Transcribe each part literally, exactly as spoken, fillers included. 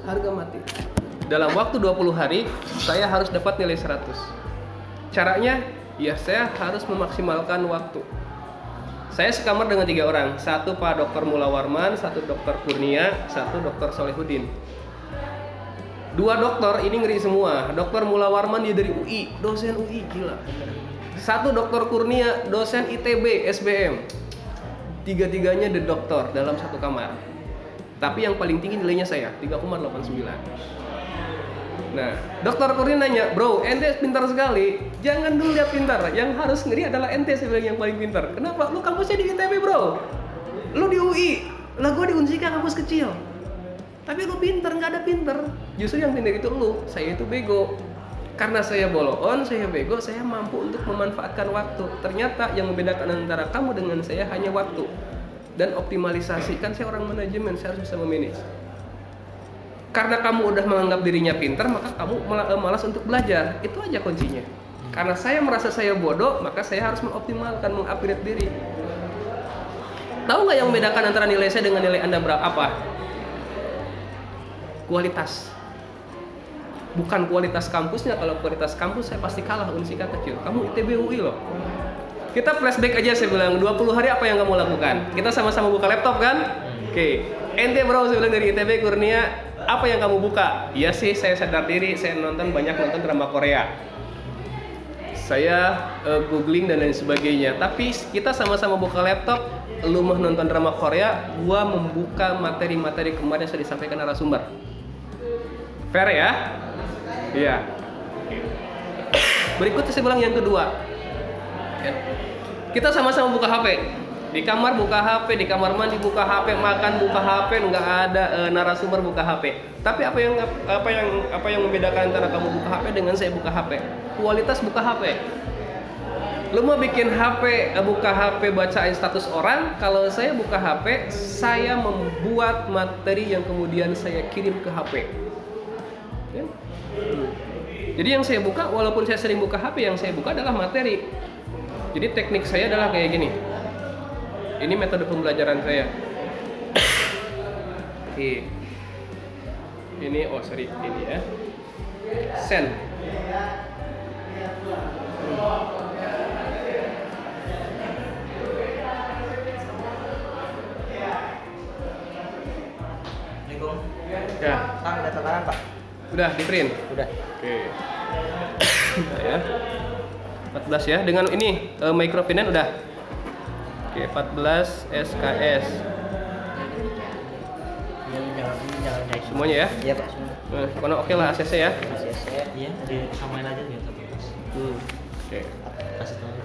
harga mati. Dalam waktu dua puluh hari saya harus dapat nilai seratus. Caranya ya saya harus memaksimalkan waktu. Saya sekamar dengan tiga orang, satu Pak Dokter Mula Warman, satu Dokter Kurnia, satu Dokter Solehudin. Dua dokter ini ngeri semua. Dokter Mula Warman dia dari U I, dosen U I, gila. Satu Dokter Kurnia, dosen I T B, S B M. Tiga-tiganya the dokter dalam satu kamar. Tapi yang paling tinggi nilainya saya, tiga koma delapan sembilan. Nah, Dokter Kurnia nanya, bro, ente pintar sekali. Jangan dulu lihat pintar, yang harus ngeri adalah ente, saya bilang yang paling pintar. Kenapa? Lu kampusnya di I T B, bro. Lu di U I, lah gue di Unsika, kampus kecil. Tapi lu pintar, nggak ada pintar. Justru yang pintar itu lu, saya itu bego. Karena saya bolon, saya bego, saya mampu untuk memanfaatkan waktu. Ternyata yang membedakan antara kamu dengan saya hanya waktu. Dan optimalisasi, kan saya orang manajemen, saya harus bisa memanage. Karena kamu udah menganggap dirinya pintar, maka kamu malas untuk belajar. Itu aja kuncinya. Karena saya merasa saya bodoh, maka saya harus mengoptimalkan, mengupgrade diri. Tahu nggak yang membedakan antara nilai saya dengan nilai Anda berapa? Apa? Kualitas. Bukan kualitas kampusnya. Kalau kualitas kampus saya pasti kalah Unsika kecil. Kamu I T B U I loh. Kita flashback aja, saya bilang dua puluh hari apa yang kamu lakukan? Kita sama-sama buka laptop kan? Oke. Ente bro, saya bilang dari I T B Kurnia, apa yang kamu buka? Iya sih, saya sadar diri, saya nonton banyak nonton drama Korea. Saya uh, googling dan lain sebagainya. Tapi kita sama-sama buka laptop, lu mau nonton drama Korea, gua membuka materi-materi kemarin yang sudah disampaikan narasumber. Fair ya? Iya. Berikutnya saya bilang yang kedua. Kita sama-sama buka H P. Di kamar buka H P, di kamar mandi buka H P, makan buka H P, nggak ada e, narasumber buka H P. Tapi apa yang apa yang apa yang membedakan antara kamu buka H P dengan saya buka H P? Kualitas buka H P. Lu mau bikin H P, buka H P bacain status orang. Kalau saya buka H P, saya membuat materi yang kemudian saya kirim ke H P. Ya? Jadi yang saya buka, walaupun saya sering buka H P, yang saya buka adalah materi. Jadi teknik saya adalah kayak gini. Ini metode pembelajaran saya. Oke. Ini oh sorry ini ya. Send. Assalamualaikum. Ya. Kang, ada tangan Pak? Udah di print. Udah. Oke. Nah, ya. empat belas ya. Dengan ini uh, microfinance udah. Oke, empat belas S K S. Semuanya ya? Iya Pak, semua. Nah, kono oke lah A C C ya. A C C. Iya, disamain aja biar satu tas. Hmm. Oke. Kasih tahu.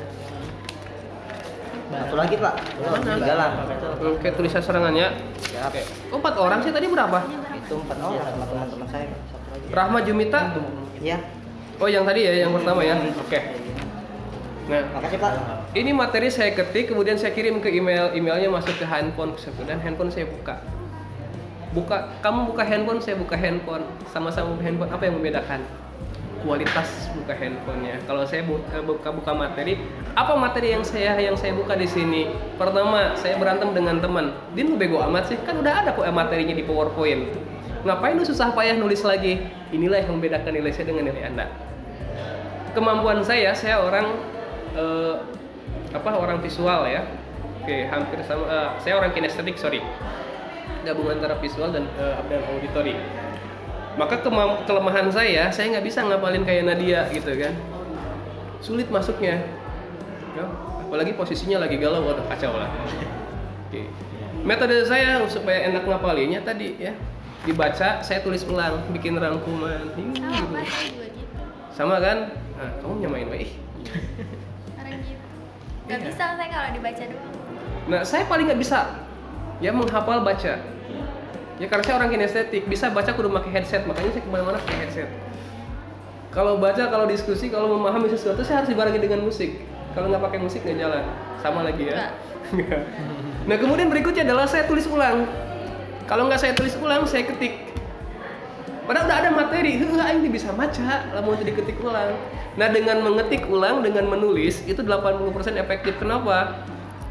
Satu lagi Pak. Mana? Jalan. Oke, tulisan serangannya. Ya. Oke. Oh, empat orang sih tadi berapa? Itu empat orang sama teman-teman saya. Satu lagi. Rahma Jumita. Iya. Oh, yang tadi ya, yang pertama ya. Oke. Nah, Makasih Pak. ini materi saya ketik, kemudian saya kirim ke email, emailnya masuk ke handphone, dan handphone saya buka. Buka, kamu buka handphone, saya buka handphone, sama-sama buka handphone. Apa yang membedakan? Kualitas buka handphonenya. Kalau saya buka, buka buka materi, apa materi yang saya yang saya buka di sini? Pertama, saya berantem dengan teman. Din, lu bego amat sih, kan udah ada kok materinya di PowerPoint. Ngapain lu susah payah nulis lagi? Inilah yang membedakan nilai saya dengan nilai Anda. Kemampuan saya, saya orang uh, apa orang visual ya. Oke, hampir sama. Uh, saya orang kinestetik, sorry. Gabungan antara visual dan uh, dan auditory. Maka kema- kelemahan saya, saya nggak bisa ngapalin kayak Nadia gitu kan. Sulit masuknya. Ya, apalagi posisinya lagi galau, waduh kacau lah. Oke. Metode saya supaya enak ngapalinnya tadi ya, dibaca, saya tulis ulang, bikin rangkuman. Hmm, Sama gitu. sih juga gitu. Sama kan? Nah, kamu nyamain wae. Orang gitu. Gak Iya. bisa saya kalau dibaca doang. Nah, saya paling nggak bisa ya menghafal baca. Ya karena saya orang kinestetik, bisa baca kudu pakai headset, makanya saya kemana-mana pakai headset. Kalau baca, kalau diskusi, kalau memahami sesuatu, saya harus dibarengi dengan musik. Kalau nggak pakai musik nggak jalan. Sama lagi ya. Nah, kemudian berikutnya adalah saya tulis ulang. Kalau nggak saya tulis ulang, saya ketik. Padahal udah ada materi, enggak ini bisa baca, lah mau diketik ulang. Nah, dengan mengetik ulang, dengan menulis, itu delapan puluh persen efektif. Kenapa?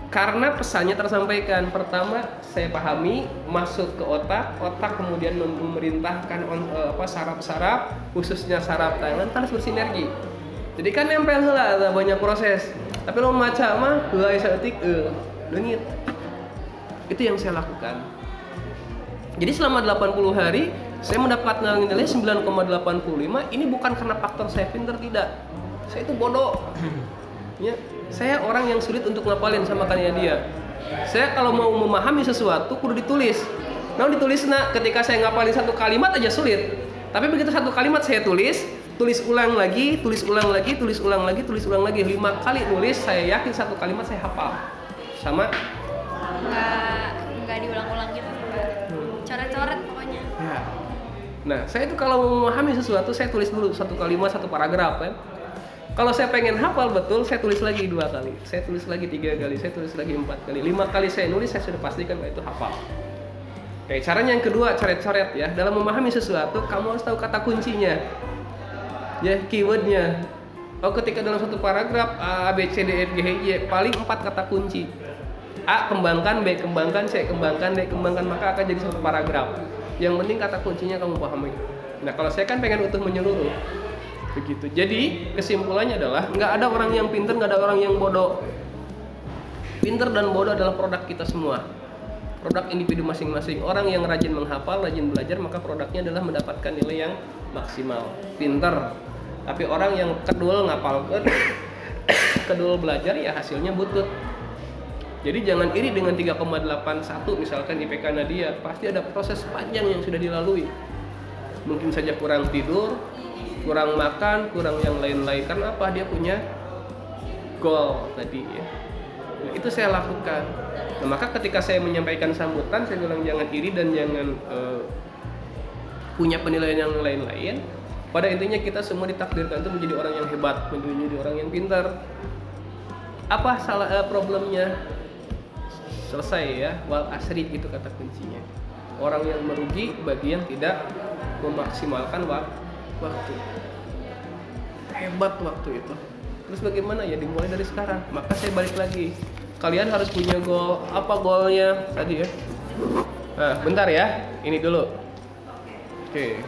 Karena pesannya tersampaikan. Pertama, saya pahami, masuk ke otak, otak kemudian memerintahkan on, uh, apa saraf-saraf, khususnya saraf tangan harus bersinergi. Jadi kan nempel lah, ada banyak proses. Tapi lo maca mah, gua esotik, eh, dengit. Itu yang saya lakukan. Jadi selama delapan puluh hari, saya mendapatkan nilai sembilan koma delapan lima. Ini bukan karena faktor saya pintar, tidak. Saya itu bodoh. Ya, saya orang yang sulit untuk ngapalin sama kalian dia. Saya kalau mau memahami sesuatu kudu ditulis. Nah, ditulis nak ketika saya ngapalin satu kalimat aja sulit. Tapi begitu satu kalimat saya tulis, tulis ulang lagi, tulis ulang lagi, tulis ulang lagi, tulis ulang lagi. Lima kali nulis, saya yakin satu kalimat saya hafal. Sama? Nggak nggak diulang-ulang gitu, Pak. Coret-coret pokoknya. Ya. Nah, saya itu kalau mau memahami sesuatu, saya tulis dulu satu kalimat, satu paragraf kan. Kalau saya pengen hafal betul, saya tulis lagi dua kali, saya tulis lagi tiga kali, saya tulis lagi empat kali, lima kali saya nulis, saya sudah pastikan bahwa itu hafal. Oke, caranya yang kedua, coret-coret ya. Dalam memahami sesuatu, kamu harus tahu kata kuncinya, ya, keywordnya. Oh, ketika dalam satu paragraf A, B, C, D, E, F, G, H, I, J, paling empat kata kunci. A kembangkan, B kembangkan, C kembangkan, D kembangkan, maka akan jadi satu paragraf. Yang penting kata kuncinya kamu pahami. Nah, kalau saya kan pengen utuh menyeluruh. Begitu. Jadi kesimpulannya adalah nggak ada orang yang pintar, nggak ada orang yang bodoh. Pintar dan bodoh adalah produk kita semua, produk individu masing-masing. Orang yang rajin menghafal, rajin belajar, maka produknya adalah mendapatkan nilai yang maksimal. Pintar. Tapi orang yang kedul ngapal, kedul belajar, ya hasilnya butut. Jadi jangan iri dengan tiga koma delapan satu misalkan I P K Nadia, pasti ada proses panjang yang sudah dilalui. Mungkin saja kurang tidur, kurang makan, kurang yang lain-lain. Karena apa? Dia punya goal tadi ya. Nah, itu saya lakukan. Nah, maka ketika saya menyampaikan sambutan, saya bilang jangan iri dan jangan uh, punya penilaian yang lain-lain. Pada intinya kita semua ditakdirkan untuk menjadi orang yang hebat, menjadi orang yang pintar. Apa salah uh, problemnya? Selesai ya. Wal asri itu kata kuncinya. Orang yang merugi bagi yang tidak memaksimalkan waktu. waktu hebat waktu itu. Terus bagaimana ya? Dimulai dari sekarang. Maka saya balik lagi, kalian harus punya goal. Apa goalnya tadi ya? Nah, bentar ya, ini dulu. Oke,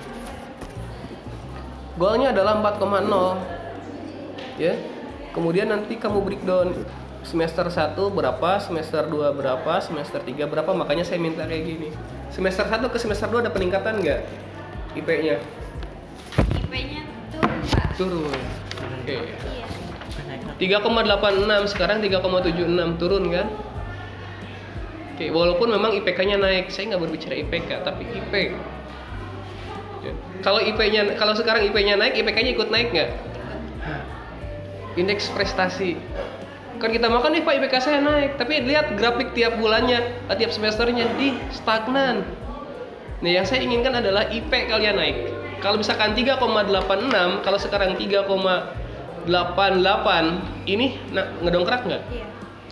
goalnya adalah empat koma nol ya. Kemudian nanti kamu breakdown semester satu berapa, semester dua berapa, semester tiga berapa. Makanya saya minta kayak gini, semester satu ke semester dua ada peningkatan nggak I P-nya? I P-nya turun, Pak. Turun. Oke. Okay. Iya. tiga koma delapan enam sekarang tiga koma tujuh enam, turun kan? Oke, okay. Walaupun memang I P K-nya naik, saya nggak berbicara I P K, tapi I P. Ya. Kalau I P-nya, kalau sekarang I P-nya naik, I P K-nya ikut naik nggak? Indeks prestasi. Kan kita makan nih Pak, I P K saya naik, tapi lihat grafik tiap bulannya, tiap semesternya di stagnan. Nah, yang saya inginkan adalah I P kalian naik. Kalau misalkan tiga koma delapan enam, kalau sekarang tiga koma delapan delapan, ini nah, ngedongkrak nggak? Iya.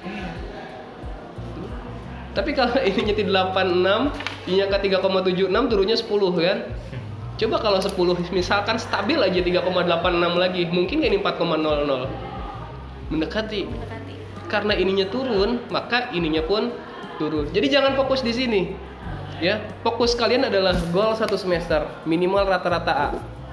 Tapi kalau ininya di delapan enam, ininya ke tiga koma tujuh enam, turunnya sepuluh kan? Coba kalau sepuluh, misalkan stabil aja tiga koma delapan enam lagi, mungkin nggak ini empat koma nol nol? Mendekati. Mendekati. Karena ininya turun, maka ininya pun turun. Jadi jangan fokus di sini. Ya, fokus kalian adalah goal satu semester, minimal rata-rata A.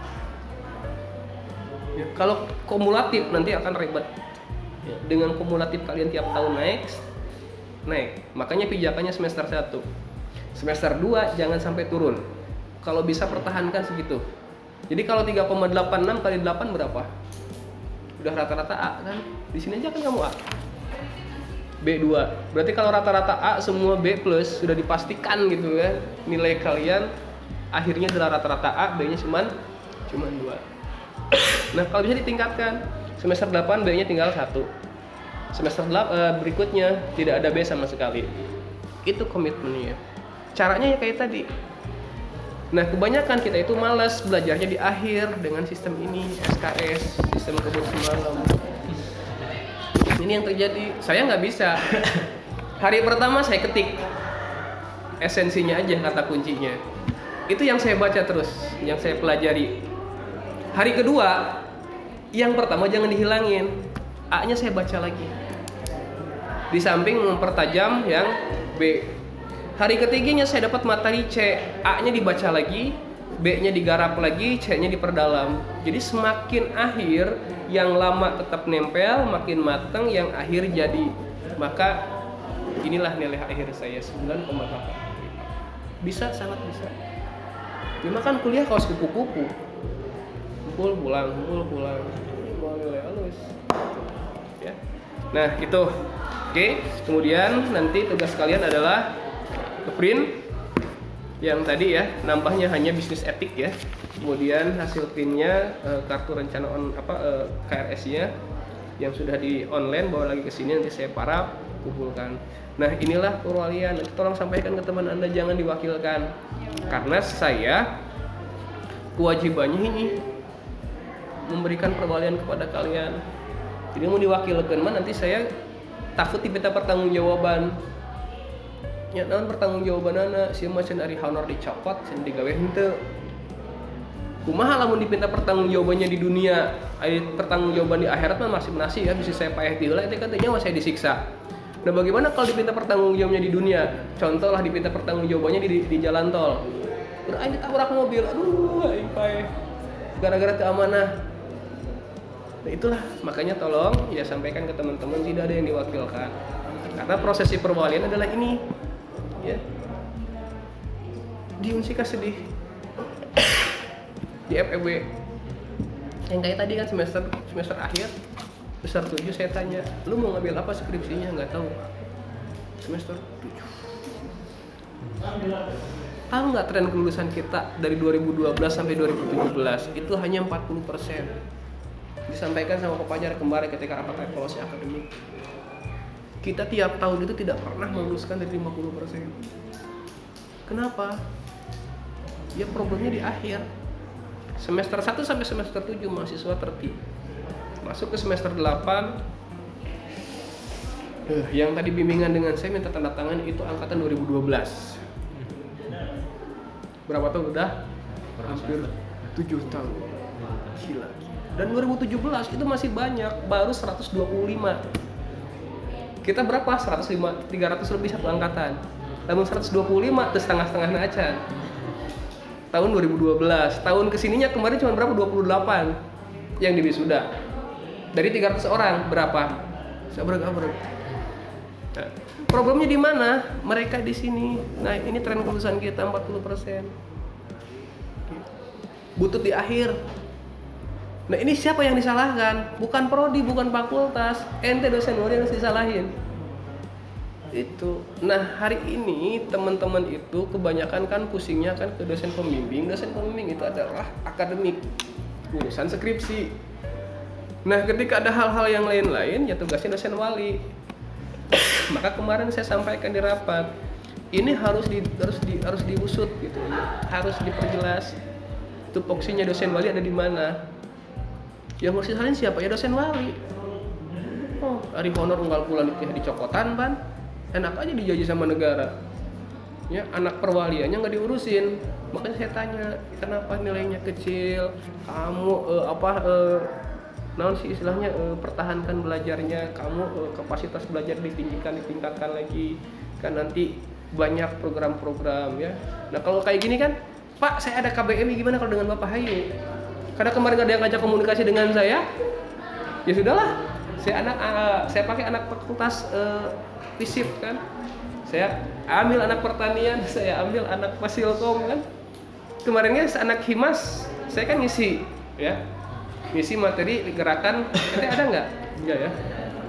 Ya, kalau kumulatif nanti akan ribet. Ya, dengan kumulatif kalian tiap tahun naik, naik. Makanya pijakannya semester satu. Semester dua jangan sampai turun. Kalau bisa pertahankan segitu. Jadi kalau tiga koma delapan enam kali delapan berapa? Udah rata-rata A kan? Di sini aja kan kamu A. B dua. Berarti kalau rata-rata A semua B plus sudah dipastikan gitu ya. Nilai kalian akhirnya adalah rata-rata A, B-nya cuman cuman dua. Nah, kalau bisa ditingkatkan. Semester delapan B-nya tinggal satu. Semester delapan uh, berikutnya tidak ada B sama sekali. Itu komitmennya. Caranya ya kayak tadi. Nah, kebanyakan kita itu malas belajarnya di akhir dengan sistem ini, S K S, sistem kebut semalam. Ini yang terjadi. Saya nggak bisa. Hari pertama saya ketik esensinya aja, kata kuncinya. Itu yang saya baca terus, yang saya pelajari. Hari kedua, yang pertama jangan dihilangin. A-nya saya baca lagi. di samping mempertajam yang B. Hari ketiganya saya dapat materi C, A-nya dibaca lagi, B-nya digarap lagi, C-nya diperdalam. Jadi semakin akhir yang lama tetap nempel, makin matang yang akhir jadi. Maka inilah nilai akhir saya sembilan koma delapan. Bisa, sangat bisa. Cuma kan kuliah kaos kupu-kupu. Kumpul pulang, kumpul pulang. Mau nilai halus. Ya. Nah, itu. Oke, kemudian nanti tugas kalian adalah print yang tadi ya, nambahnya hanya bisnis etik ya. Kemudian hasil printnya eh, kartu rencana on apa eh, K R S-nya yang sudah di online bawa lagi ke sini, nanti saya parap kumpulkan. Nah, inilah perwalian. Nanti tolong sampaikan ke teman Anda, jangan diwakilkan. Karena saya kewajibannya ini memberikan perwalian kepada kalian. Jadi mau diwakilkan mah nanti saya takut diminta pertanggungjawaban. Ya, naon pertanggungjawabanana si macan ari honor dicopot sen digawe henteu. Kumaha lamun dipinta pertanggungjawabannya di dunia, ari pertanggungjawaban di akhirat mah masih nasi ya bisa saya payah heula itu katanya mah saya disiksa. Nah, bagaimana kalau dipinta pertanggungjawabannya di dunia? Contoh lah dipinta pertanggungjawabannya di, di jalan tol. Udah aing ditabrak mobil. Aduh, aing payah. Gara-gara teu amanah. Nah, itulah makanya tolong ya sampaikan ke teman-teman tidak ada yang diwakilkan. Karena prosesi perwalian adalah ini. Ya. Di Unsika sedih. Di F E B yang kayak tadi kan semester semester akhir semester tujuh saya tanya, lu mau ngambil apa skripsinya? Nggak tahu. Semester tujuh. Tahu nggak tren kelulusan kita dari dua ribu dua belas sampai dua ribu tujuh belas itu hanya empat puluh persen. Disampaikan sama pepajar kemarin ketika rapat evaluasi akademik. Kita tiap tahun itu tidak pernah meluluskan dari lima puluh persen. Kenapa? Ya problemnya di akhir. Semester satu sampai semester tujuh mahasiswa tertib. Masuk ke semester delapan, uh, yang tadi bimbingan dengan saya minta tanda tangan itu angkatan dua ribu dua belas. Berapa tahun udah? Hampir tujuh tahun. Gila. Dan dua ribu tujuh belas itu masih banyak, baru seratus dua puluh lima. Kita berapa? seratus lima, tiga ratus lebih satu angkatan. Namun seratus dua puluh lima itu setengah-setengah acan. Tahun dua ribu dua belas. Tahun kesininya kemarin cuma berapa? dua puluh delapan yang di wisuda. Dari tiga ratus orang berapa? Seberapa berapa? Nah, problemnya di mana? Mereka di sini. Nah, ini tren kelulusan kita empat puluh persen. Butut di akhir. Nah, ini siapa yang disalahkan? Bukan prodi, bukan fakultas. Ente dosen wali harus disalahin. Itu. Nah, hari ini teman-teman itu kebanyakan kan pusingnya kan ke dosen pembimbing. Dosen pembimbing itu adalah akademik, urusan skripsi. Nah, ketika ada hal-hal yang lain-lain, ya tugasnya dosen wali. Maka kemarin saya sampaikan di rapat, ini harus di harus di harus diusut gitu, harus diperjelas. Tupoksinya dosen wali ada di mana? Yang harus disalahin siapa? Ya dosen wali. Oh, hari honor unggal pula dicokotan ban. Enak aja dijaji sama negara. Ya, anak perwaliannya nggak diurusin. Makanya saya tanya, kenapa nilainya kecil? Kamu eh, apa eh, naon sih istilahnya eh, pertahankan belajarnya, kamu eh, kapasitas belajar ditinggikan, ditingkatkan lagi. Kan nanti banyak program-program ya. Nah, kalau kayak gini kan, Pak, saya ada K B M I, gimana kalau dengan Bapak Hayu? Karena kemarin ada yang ngajak komunikasi dengan saya, ya sudahlah. Saya anak, uh, saya pakai anak fakultas uh, FISIP kan. Saya ambil anak pertanian, saya ambil anak Fasilkom kan. Kemarinnya anak Himas, saya kan ngisi, ya, ngisi materi gerakan. Nanti ada nggak? Enggak ya.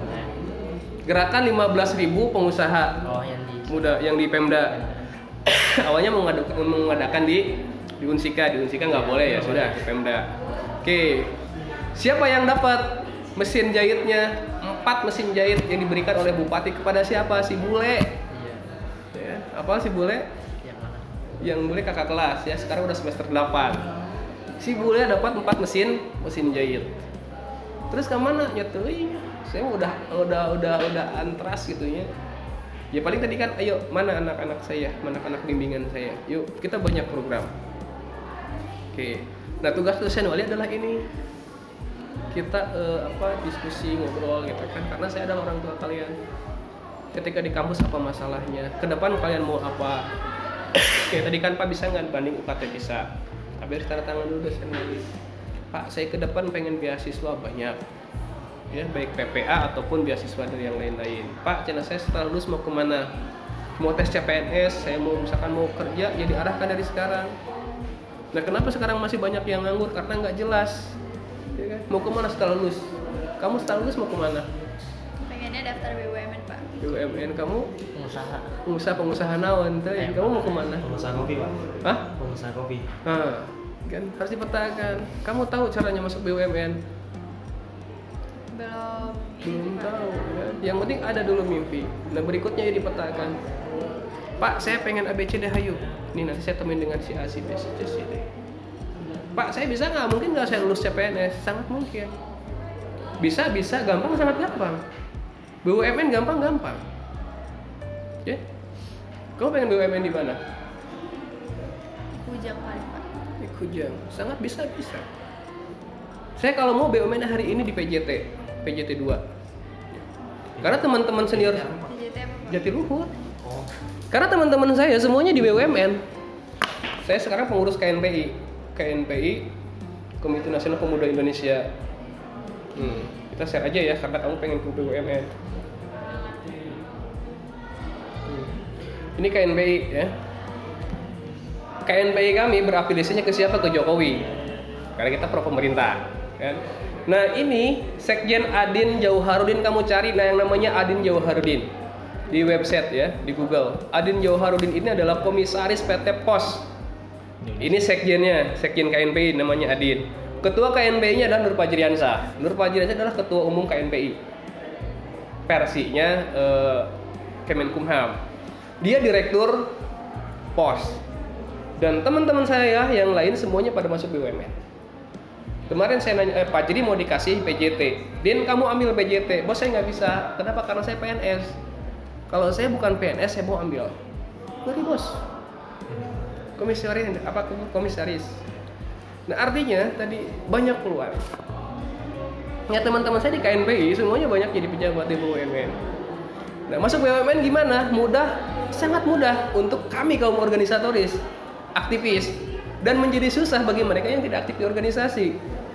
Gerakan lima belas ribu pengusaha Oh, yang di muda yang di Pemda. Awalnya mengadakan, mengadakan di di Unsika, di Unsika nggak boleh ya, sudah di Pemda. Oke, siapa yang dapat mesin jahitnya? Empat mesin jahit yang diberikan oleh bupati kepada siapa? Si bule. Iya. Ya, apa si bule? Yang mana? Yang bule kakak kelas ya, sekarang udah semester delapan. Si bule dapat empat mesin mesin jahit. Terus ke mana? Nyetui. Saya udah udah udah udah antras gitunya. Ya paling tadi kan, ayo mana anak-anak saya, mana anak bimbingan saya. Yuk kita banyak program. Oke. Nah, tugas dosen wali adalah ini. Kita uh, apa diskusi, ngobrol gitu kan, karena saya adalah orang tua kalian. ketika di kampus apa masalahnya, ke depan kalian mau apa. Oke, tadi kan Pak bisa nggak banding U K T bisa, tapi harus tanda tangan dulu dosen lagi. Pak, saya ke depan pengen beasiswa banyak, ya baik P P A ataupun beasiswa dari yang lain-lain. Pak, channel saya setelah lulus mau kemana? Mau tes C P N S, saya mau misalkan mau kerja, ya diarahkan dari sekarang. Nah, kenapa sekarang masih banyak yang nganggur? Karena nggak jelas, ya kan? Mau kemana setelah lulus? Kamu setelah lulus mau kemana? Pengennya daftar B U M N Pak. B U M N. Kamu Pengusaha. pengusaha pengusaha naon tuh? Eh, Kamu mau kemana? Pengusaha kopi, Pak. Hah? Pengusaha kopi. Nah, kan harus dipetakan. Kamu tahu caranya masuk B U M N? Belum Belum ini, Pak. tahu. Kan? Yang penting ada dulu mimpi. Nah, berikutnya ya dipetakan. Pak, saya pengen A B C D hayu. Nih nanti saya temuin dengan si A, si B, si C, si D. Pak, saya bisa nggak? Mungkin nggak saya lulus C P N S? Sangat mungkin. Bisa, bisa, gampang, sangat gampang. B U M N gampang-gampang. Ya? Kamu pengen B U M N di mana? Kujang paling Pak. Di Kujang. Sangat bisa-bisa. Saya kalau mau B U M N hari ini di P J T, P J T dua. Karena teman-teman senior P J T apa Pak? Jatiluhur. Oh. Karena teman-teman saya semuanya di B U M N. Saya sekarang pengurus K N P I. K N P I, Komite Nasional Pemuda Indonesia. Hmm, kita share aja ya karena kamu pengen ke B U M N. Hmm. Ini K N P I ya. K N P I kami berafiliasinya ke siapa? Ke Jokowi. Karena kita pro pemerintah, kan? Nah, ini Sekjen Adin Jauharudin, kamu cari nah yang namanya Adin Jauharudin di website ya, di Google. Adin Jauharudin ini adalah komisaris P T Pos. Ini sekjennya, sekjen K N P I namanya Adin. Ketua K N P I-nya adalah Nur Fajriansah. Nur Fajriansah adalah ketua umum K N P I. Versinya eh, Kemenkumham. Dia direktur Pos. Dan teman-teman saya yang lain semuanya pada masuk B U M N. Kemarin saya nanya, eh, Fajri mau dikasih P J T. Din, kamu ambil P J T. Bos, saya nggak bisa. Kenapa? Karena saya P N S. Kalau saya bukan P N S, saya mau ambil. Mari bos. Komisaris, apa komisaris? Nah, artinya tadi banyak peluang. Ya, teman-teman saya di K N P I semuanya banyak jadi pejabat di B U M N. Nah, masuk B U M N gimana? Mudah, sangat mudah untuk kami kaum organisatoris, aktivis, dan menjadi susah bagi mereka yang tidak aktif di organisasi.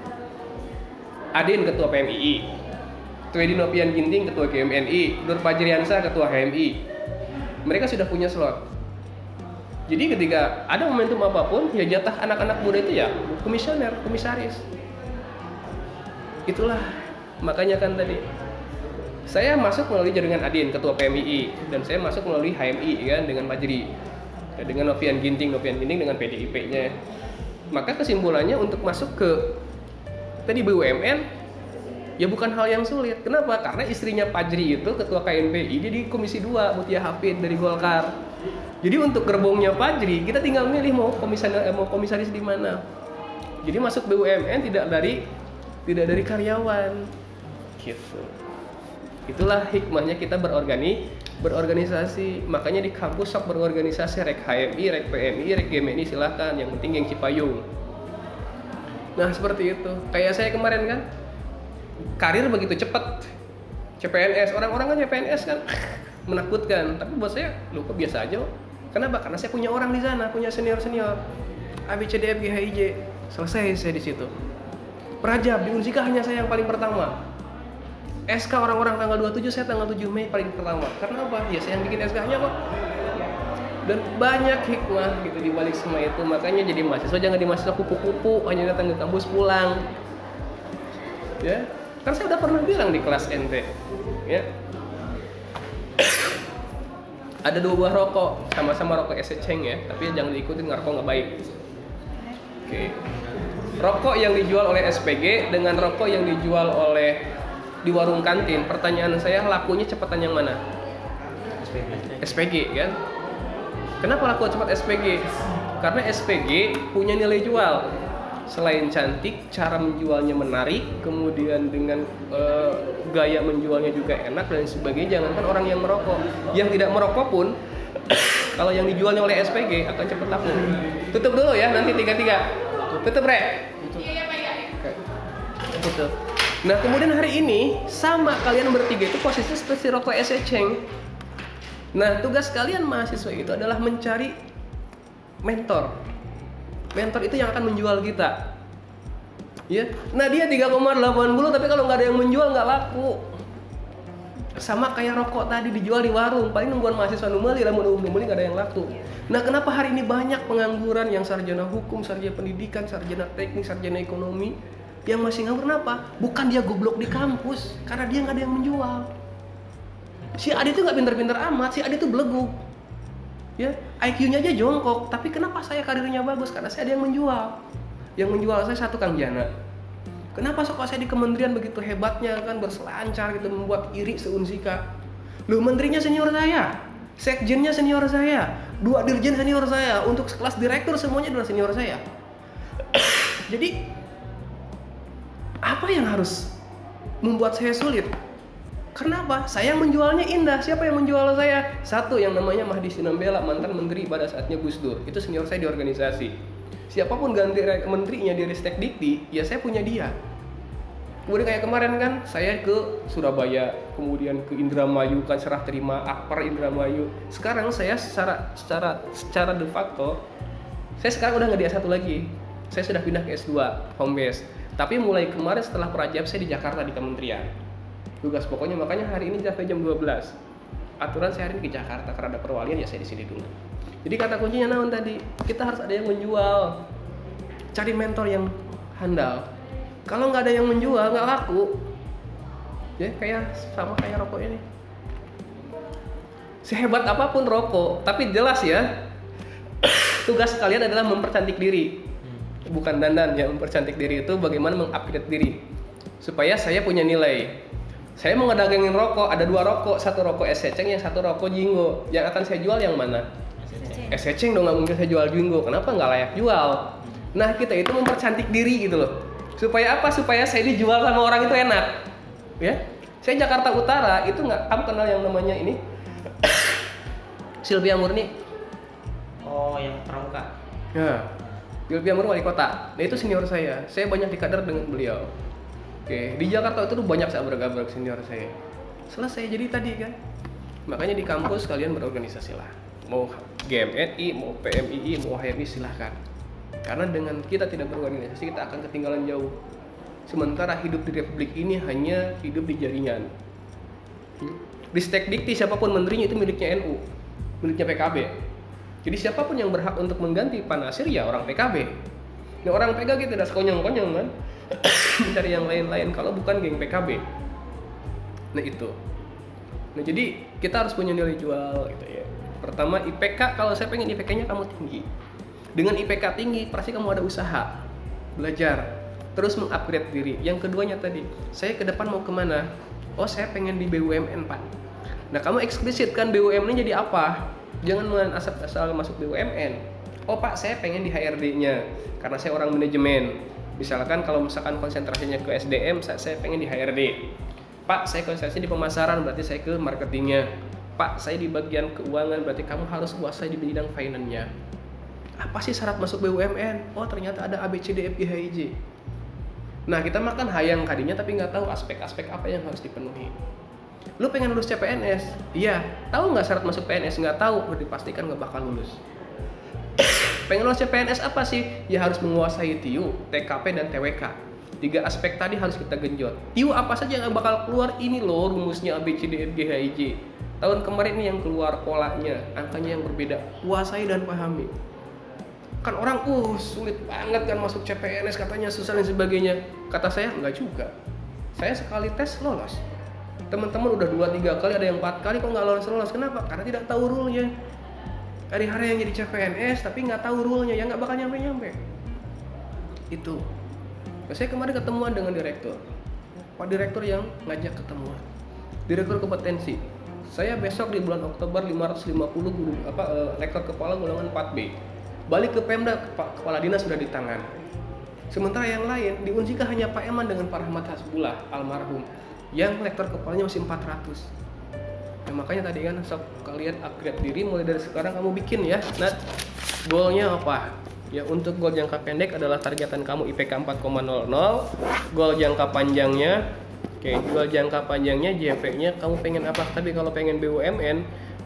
Adin ketua P M I I, Twedi Nopian Ginting ketua G M N I, Nur Fajriansah ketua H M I. Mereka sudah punya slot. Jadi ketika ada momentum apapun, ya jatah anak-anak muda itu ya komisioner, komisaris. Itulah makanya kan tadi saya masuk melalui jaringan Adin ketua P M I I dan saya masuk melalui H M I kan dengan Fajri, ya, dengan Novian Ginting, Novian Ginting dengan P D I P-nya. Maka kesimpulannya untuk masuk ke tadi B U M N ya bukan hal yang sulit. Kenapa? Karena istrinya Fajri itu ketua K N P I, dia di Komisi dua, Mutia Hafid dari Golkar. Jadi untuk gerbongnya Fajri, kita tinggal milih mau komisaris, mau komisaris di mana. Jadi masuk B U M N tidak dari tidak dari karyawan. Gitu. Itulah hikmahnya kita berorgani, berorganisasi. Makanya di kampus sok berorganisasi, rek H M I, rek P M I, rek G M N I silahkan. Yang penting geng Cipayung. Nah seperti itu. Kayak saya kemarin kan, karir begitu cepat. C P N S, orang-orang kan C P N S kan menakutkan. Tapi buat saya, lu kok biasa aja. Kenapa? Karena saya punya orang di sana, punya senior-senior. A B C D F G H I J, selesai saya di situ. Prajab di Unsika hanya saya yang paling pertama. S K orang-orang tanggal dua puluh tujuh, saya tanggal tujuh Mei paling pertama. Karena apa? Ya saya yang bikin S K-nya kok. Dan banyak hikmah gitu di balik semua itu. Makanya jadi mahasiswa jangan di mahasiswa kupu-kupu, hanya datang ke kampus pulang. Ya, kan saya udah pernah bilang di kelas N T. Ya. Ada dua buah rokok, sama-sama rokok Esecheng ya, tapi jangan diikutin, ngerokok nggak baik. Oke. Okay. Rokok yang dijual oleh S P G dengan rokok yang dijual oleh di warung kantin, pertanyaan saya lakunya cepatan yang mana? S P G. S P G kan? Kenapa laku cepat S P G? Karena S P G punya nilai jual. Selain cantik, cara menjualnya menarik, kemudian dengan uh, gaya menjualnya juga enak dan sebagainya. Jangankan orang yang merokok, yang tidak merokok pun kalau yang dijualnya oleh S P G akan cepat laku. Tutup dulu ya, nanti tiga-tiga. Tutup, Re. Tutup. Nah, kemudian hari ini sama kalian bertiga itu posisinya seperti rokok Esecheng. Nah, tugas kalian mahasiswa itu adalah mencari mentor. Mentor itu yang akan menjual kita. Ya. Nah, dia tiga koma delapan puluh tapi kalau nggak ada yang menjual nggak laku. Sama kayak rokok tadi dijual di warung, paling nungguan mahasiswa numeli lamun numeli nggak ada yang laku. Nah, kenapa hari ini banyak pengangguran yang sarjana hukum, sarjana pendidikan, sarjana teknik, sarjana ekonomi yang masih nganggur? Kenapa? Bukan dia goblok di kampus, karena dia nggak ada yang menjual. Si Adi itu nggak pinter-pinter amat, si Adi itu belegu. Ya, I Q-nya aja jongkok, tapi kenapa saya karirnya bagus? Karena saya ada yang menjual. Yang menjual saya satu Kang Jana. Kenapa kok saya di kementerian begitu hebatnya kan berselancar gitu membuat iri seunsika. Loh, menterinya senior saya, sekjennya senior saya, dua dirjen senior saya, untuk kelas direktur semuanya adalah senior saya. Jadi apa yang harus membuat saya sulit? Kenapa? Saya yang menjualnya indah. Siapa yang menjual saya? Satu yang namanya Mahdi Sinambela, mantan menteri pada saatnya Gus Dur. Itu senior saya di organisasi. Siapapun ganti menterinya di Ristek Dikti, ya saya punya dia. Kemudian kayak kemarin kan, saya ke Surabaya, kemudian ke Indramayu kan serah terima Akper Indramayu. Sekarang saya secara secara secara de facto, saya sekarang udah nggak di S satu lagi. Saya sudah pindah ke S dua, home base. Tapi mulai kemarin setelah Prajab saya di Jakarta di kementerian. Tugas pokoknya makanya hari ini sampai jam dua belas. Aturan saya hari ini ke Jakarta karena ada perwalian, ya saya di sini dulu. Jadi kata kuncinya naon tadi, kita harus ada yang menjual. Cari mentor yang handal. Kalau nggak ada yang menjual, nggak laku. Ya kayak sama kayak rokok ini. Sehebat apapun rokok, tapi jelas ya, tugas kalian adalah mempercantik diri. Bukan dandan, ya mempercantik diri itu bagaimana mengupgrade diri. Supaya saya punya nilai. Saya mau ngedagangin rokok, ada dua rokok, satu rokok es seceng, yang satu rokok jinggo. Yang akan saya jual yang mana? Es seceng dong, nggak mungkin saya jual jinggo. Kenapa? Nggak layak jual. Nah, kita itu mempercantik diri gitu loh. Supaya apa? Supaya saya dijual sama orang itu enak. Ya, saya Jakarta Utara itu nggak, kamu kenal yang namanya ini? Silvia Murni. Oh, yang pramuka. Ya, Silvia Murni wali kota. Nah itu senior saya. Saya banyak dikader dengan beliau. Oke, di Jakarta itu tuh banyak saya bergabung senior saya. Selesai jadi tadi kan. Makanya di kampus kalian berorganisasi lah. Mau G M N I, mau P M I I, mau H M I silahkan. Karena dengan kita tidak berorganisasi kita akan ketinggalan jauh. Sementara hidup di Republik ini hanya hidup di jaringan. Ristek Dikti siapapun menterinya itu miliknya N U, miliknya P K B. Jadi siapapun yang berhak untuk mengganti Pak Nasir ya orang P K B. Nah orang P K B tidak sekonyong-konyong kan mencari yang lain-lain kalau bukan geng P K B. Nah itu. Nah jadi kita harus punya nilai jual gitu ya. Pertama I P K, kalau saya pengen I P K-nya kamu tinggi. Dengan I P K tinggi pasti kamu ada usaha, belajar, terus mengupgrade diri. Yang keduanya tadi, saya ke depan mau kemana? Oh saya pengen di B U M N Pak. Nah kamu eksplisit kan B U M N jadi apa? Jangan asal asal masuk B U M N. Oh Pak saya pengen di H R D-nya karena saya orang manajemen. Misalkan kalau misalkan konsentrasinya ke S D M, saya, saya pengen di H R D. Pak saya konsentrasi di pemasaran, berarti saya ke marketingnya. Pak saya di bagian keuangan, berarti kamu harus kuasai di bidang finance-nya. Apa sih syarat masuk B U M N? Oh ternyata ada A B C D F G H I J. Nah kita makan hayang kadinya tapi nggak tahu aspek-aspek apa yang harus dipenuhi. Lu pengen lulus C P N S? Iya. Tahu nggak syarat masuk P N S? Nggak tahu, udah dipastikan nggak bakal lulus. Pengen lulus C P N S apa sih? Ya harus menguasai T I U, T K P dan T W K. Tiga aspek tadi harus kita genjot. T I U apa saja yang bakal keluar? Ini loh rumusnya A B C D F G H I J. Tahun kemarin ini yang keluar polanya, angkanya yang berbeda. Kuasai dan pahami. Kan orang, uh sulit banget kan masuk C P N S katanya susah dan sebagainya. Kata saya enggak juga. Saya sekali tes lolos. Teman-teman udah dua tiga kali, ada yang empat kali kok nggak lolos lolos. Kenapa? Karena tidak tahu rule-nya. Hari-hari yang jadi C P N S tapi nggak tahu rule-nya, ya nggak bakal nyampe-nyampe. Itu. Nah, saya kemarin ketemuan dengan direktur. Pak direktur yang ngajak ketemuan. Direktur kompetensi. Saya besok di bulan Oktober lima ratus lima puluh guru apa uh, rektor kepala golongan empat B. Balik ke Pemda, kepala dinas sudah di tangan. Sementara yang lain di Unsika hanya Pak Eman dengan Pak Rahmat Hasbullah almarhum yang lektor kepalanya masih empat ratus. Nah, makanya tadi kan sok kalian upgrade diri mulai dari sekarang kamu bikin ya. Nah, goalnya apa? Ya untuk goal jangka pendek adalah targetan kamu I P K empat koma nol nol. Goal jangka panjangnya, oke, goal jangka panjangnya J P-nya kamu pengen apa? Tapi kalau pengen B U M N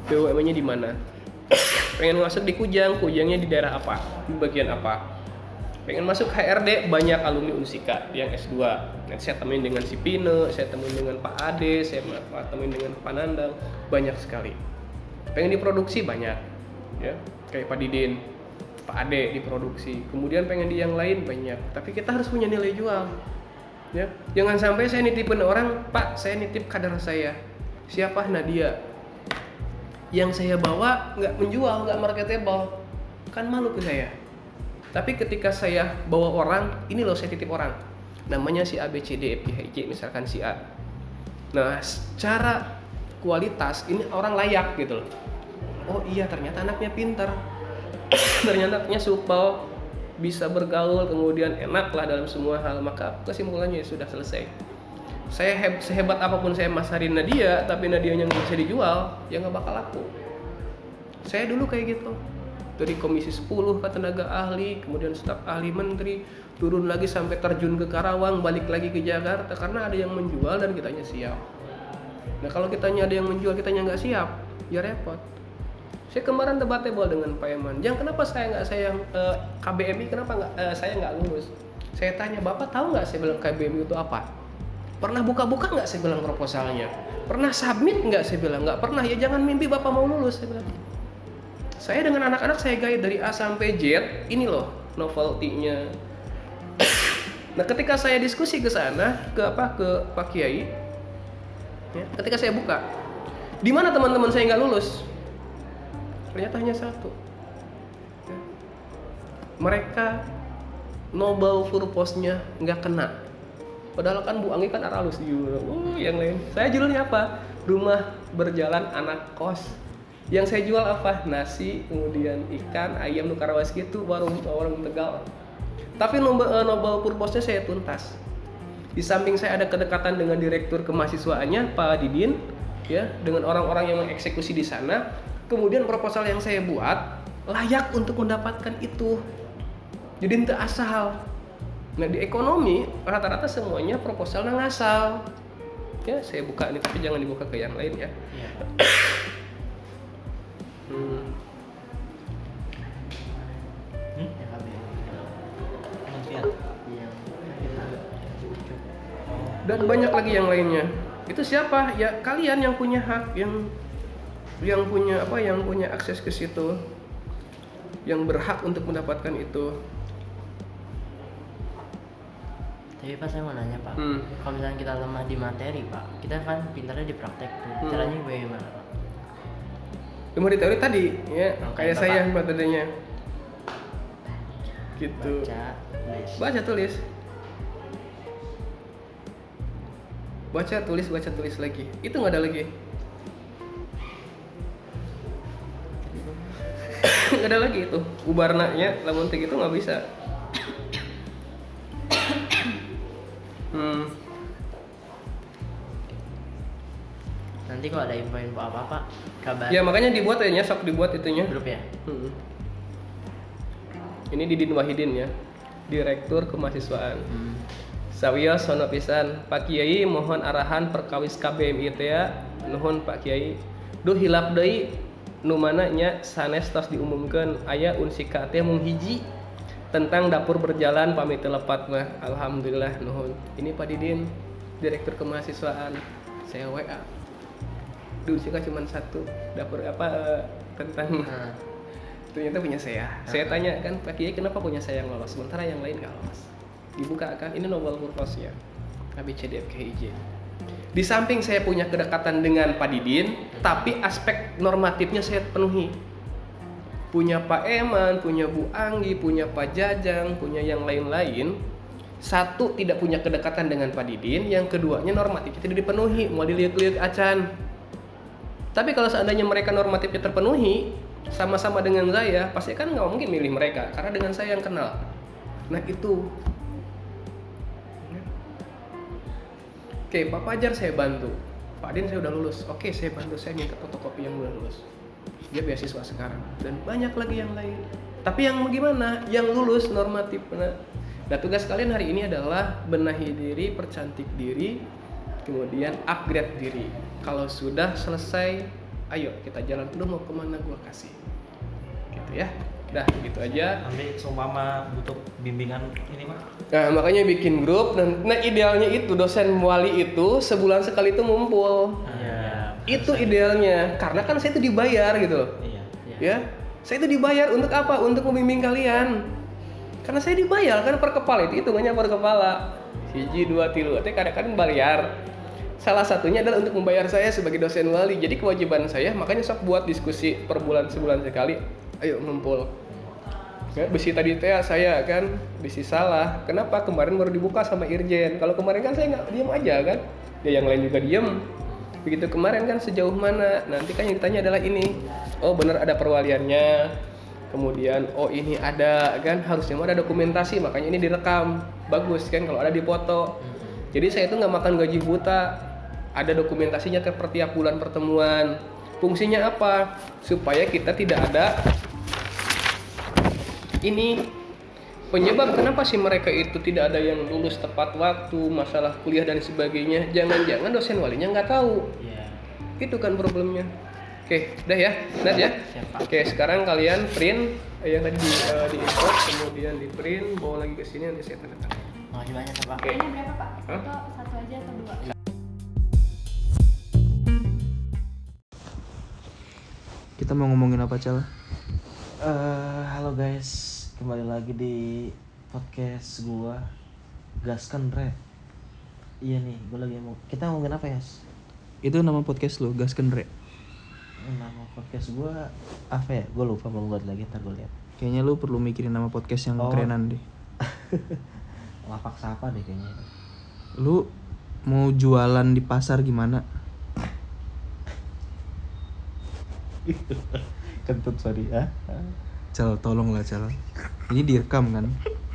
B U M N-nya di mana. Pengen masuk di Kujang, Kujangnya di daerah apa, di bagian apa. Pengen masuk H R D, banyak alumni Unsika yang S dua. Nanti saya temuin dengan si Pine, saya temuin dengan Pak Ade, saya temuin dengan Pak Nandang, banyak sekali. Pengen diproduksi banyak, ya kayak Pak Didin, Pak Ade diproduksi. Kemudian pengen di yang lain banyak, tapi kita harus punya nilai jual. Ya, jangan sampai saya nitipin orang, Pak, saya nitip kader saya. Siapa? Nadia. Yang saya bawa nggak menjual, nggak marketable, kan malu ke saya. Tapi ketika saya bawa orang, ini loh saya titip orang, namanya si A B C D E F G H I J, misalkan si A. Nah, secara kualitas ini orang layak gitu loh. Oh iya, ternyata anaknya pintar, ternyata anaknya supel, bisa bergaul, kemudian enak lah dalam semua hal. Maka kesimpulannya sudah selesai. Saya heb, sehebat apapun saya masarin Nadia, tapi Nadia yang bisa dijual, ya nggak bakal laku. Saya dulu kayak gitu, dari komisi sepuluh ke tenaga ahli, kemudian staf ahli menteri, turun lagi sampai terjun ke Karawang, balik lagi ke Jakarta karena ada yang menjual dan kitanya siap. Nah kalau kitanya ada yang menjual, kitanya nggak siap, ya repot. Saya kemarin debatable dengan Pak Eman, yang kenapa saya nggak saya yang eh, K B M I kenapa nggak eh, saya nggak lulus? Saya tanya, Bapak tahu nggak saya bilang K B M I itu apa? Pernah buka-buka nggak saya bilang proposalnya? Pernah submit nggak saya bilang? Nggak pernah, ya jangan mimpi Bapak mau lulus saya bilang. Saya dengan anak-anak saya guide dari A sampai Z, ini loh novelty-nya. Nah ketika saya diskusi ke sana, ke apa ke Pak Kiai, ya, ketika saya buka, di mana teman-teman saya nggak lulus? Ternyata hanya satu. Ya. Mereka Nobel purpose-nya nggak kena. Padahal kan Bu Anggi kan aralus juga. Uh, yang lain. Saya judulnya apa? Rumah berjalan anak kos. Yang saya jual apa? Nasi, kemudian ikan, ayam, nukarawas gitu, warung warung Tegal. Tapi Nobel, Nobel purpose-nya saya tuntas. Di samping saya ada kedekatan dengan direktur kemahasiswaannya Pak Didin, ya, dengan orang-orang yang mengeksekusi di sana. Kemudian proposal yang saya buat layak untuk mendapatkan itu. Jadi ente asal. Nah di ekonomi rata-rata semuanya proposal nang asal. Ya saya buka ini tapi jangan dibuka ke yang lain ya. Iya. hmm. Hmm? Ya, K B. Kementerian. Iya. Dan banyak lagi yang lainnya. Itu siapa? Ya kalian yang punya hak, yang yang punya apa, yang punya akses ke situ, yang berhak untuk mendapatkan itu. Tapi Pak saya mau nanya Pak, Hmm. kalau misalnya kita lemah di materi Pak, kita kan pintarnya di praktek tuh, Hmm. caranya bagaimana Pak? Cuma di teori tadi, ya Oke, kayak Bapak. saya metodenya, gitu. Baca, tulis. Baca tulis, baca tulis, baca tulis lagi. Itu nggak ada lagi. Nggak ada lagi itu. Ubarnanya, lamun teh gitu nggak bisa. Hmm. Nanti kalau ada info-info apa-apa, kabar Ya makanya dibuat ya, sok dibuat itunya. grup ya. Hmm. Ini Didin Wahidin ya, Direktur Kemahasiswaan. Hmm. Sawiya sono pisan Pak Kiai, mohon arahan perkawis K B M I teh ya. Nuhun Pak Kiai. Duh hilap deui nu mana nya sanes tos diumumkeun aya Unsika teh mung hiji tentang dapur berjalan pamit telepat mah. Alhamdulillah nuhun. Ini Pak Didin, Direktur Kemahasiswaan. Saya W A. Di Unsika cuma satu dapur apa eh, tentang Nah, ternyata punya saya. Saya tanya kan Pak Kiai kenapa punya saya yang lolos sementara yang lain nggak lolos. Dibuka kan ini Nobel purpose-nya A B C D E F G H I J. Di samping saya punya kedekatan dengan Pak Didin, tapi aspek normatifnya saya penuhi. Punya Pak Eman, punya Bu Anggi, punya Pak Jajang, punya yang lain-lain. Satu tidak punya kedekatan dengan Pak Didin, yang keduanya normatifnya tidak dipenuhi, mau dilihat-lihat acan. Tapi kalau seandainya mereka normatifnya terpenuhi, sama-sama dengan saya, pasti kan nggak mungkin milih mereka, karena dengan saya yang kenal. Nah itu. Oke, Pak Fajar saya bantu. Pak Din saya udah lulus. Oke, saya bantu, saya minta fotokopi yang udah lulus. Dia beasiswa sekarang. Dan banyak lagi yang lain. Tapi yang gimana? Yang lulus normatif. Nah, nah tugas kalian hari ini adalah benahi diri, percantik diri, kemudian upgrade diri. Kalau sudah selesai ayo kita jalan, lu mau kemana gua kasih, gitu ya. Dah gitu aja. Nanti seumpama butuh bimbingan ini mah. Nah makanya bikin grup. Nah, nah idealnya itu dosen wali itu sebulan sekali itu ngumpul. Iya. Itu idealnya, karena kan saya itu dibayar gitu loh. Iya. Ya, saya itu dibayar untuk apa? Untuk membimbing kalian. Karena saya dibayar kan per kepala, itu hitungannya per kepala. Hiji dua tilu, artinya kadang-kadang bayar. Salah satunya adalah untuk membayar saya sebagai dosen wali. Jadi kewajiban saya, makanya sok buat diskusi per bulan sebulan sekali. Ayo ngumpul. Ya, besi tadi teh saya kan besi salah. Kenapa kemarin baru dibuka sama Irjen? Kalau kemarin kan saya nggak diam aja kan. Ya yang lain juga diam. Begitu kemarin kan sejauh mana? Nanti kan yang ditanya adalah ini. Oh benar ada perwaliannya. Kemudian oh ini ada kan, harusnya ada dokumentasi, makanya ini direkam. Bagus kan kalau ada dipoto. Jadi saya itu nggak makan gaji buta. Ada dokumentasinya ke per tiap bulan pertemuan. Fungsinya apa? Supaya kita tidak ada ini penyebab kenapa sih mereka itu tidak ada yang lulus tepat waktu, masalah kuliah dan sebagainya. Jangan-jangan dosen walinya nggak tahu. Iya. Itu kan problemnya. Oke, udah ya, Nat ya. Oke, sekarang kalian print yang tadi di, uh, di import, kemudian di print, bawa lagi ke sini nanti saya tanda tangan. Makasih banyak ya, Pak. Oke. Ini berapa Pak? Hah? Atau satu aja atau dua? Kita mau ngomongin apa, Cal? Eh, halo guys, kembali lagi di podcast gua Gaskan Re. Iya nih, gua lagi mau. Kita ngomongin apa ya? Itu nama podcast lo, Gasken Re. Nama podcast gua apa ya? Gua lupa, belum buat lagi, ntar gua lihat. Kayaknya lu perlu mikirin nama podcast yang Oh. kerenan deh. Lapak Sapa deh kayaknya. Lu mau jualan di pasar gimana? Kentut sorry ya. Cal, tolong lah Cal. Ini direkam kan?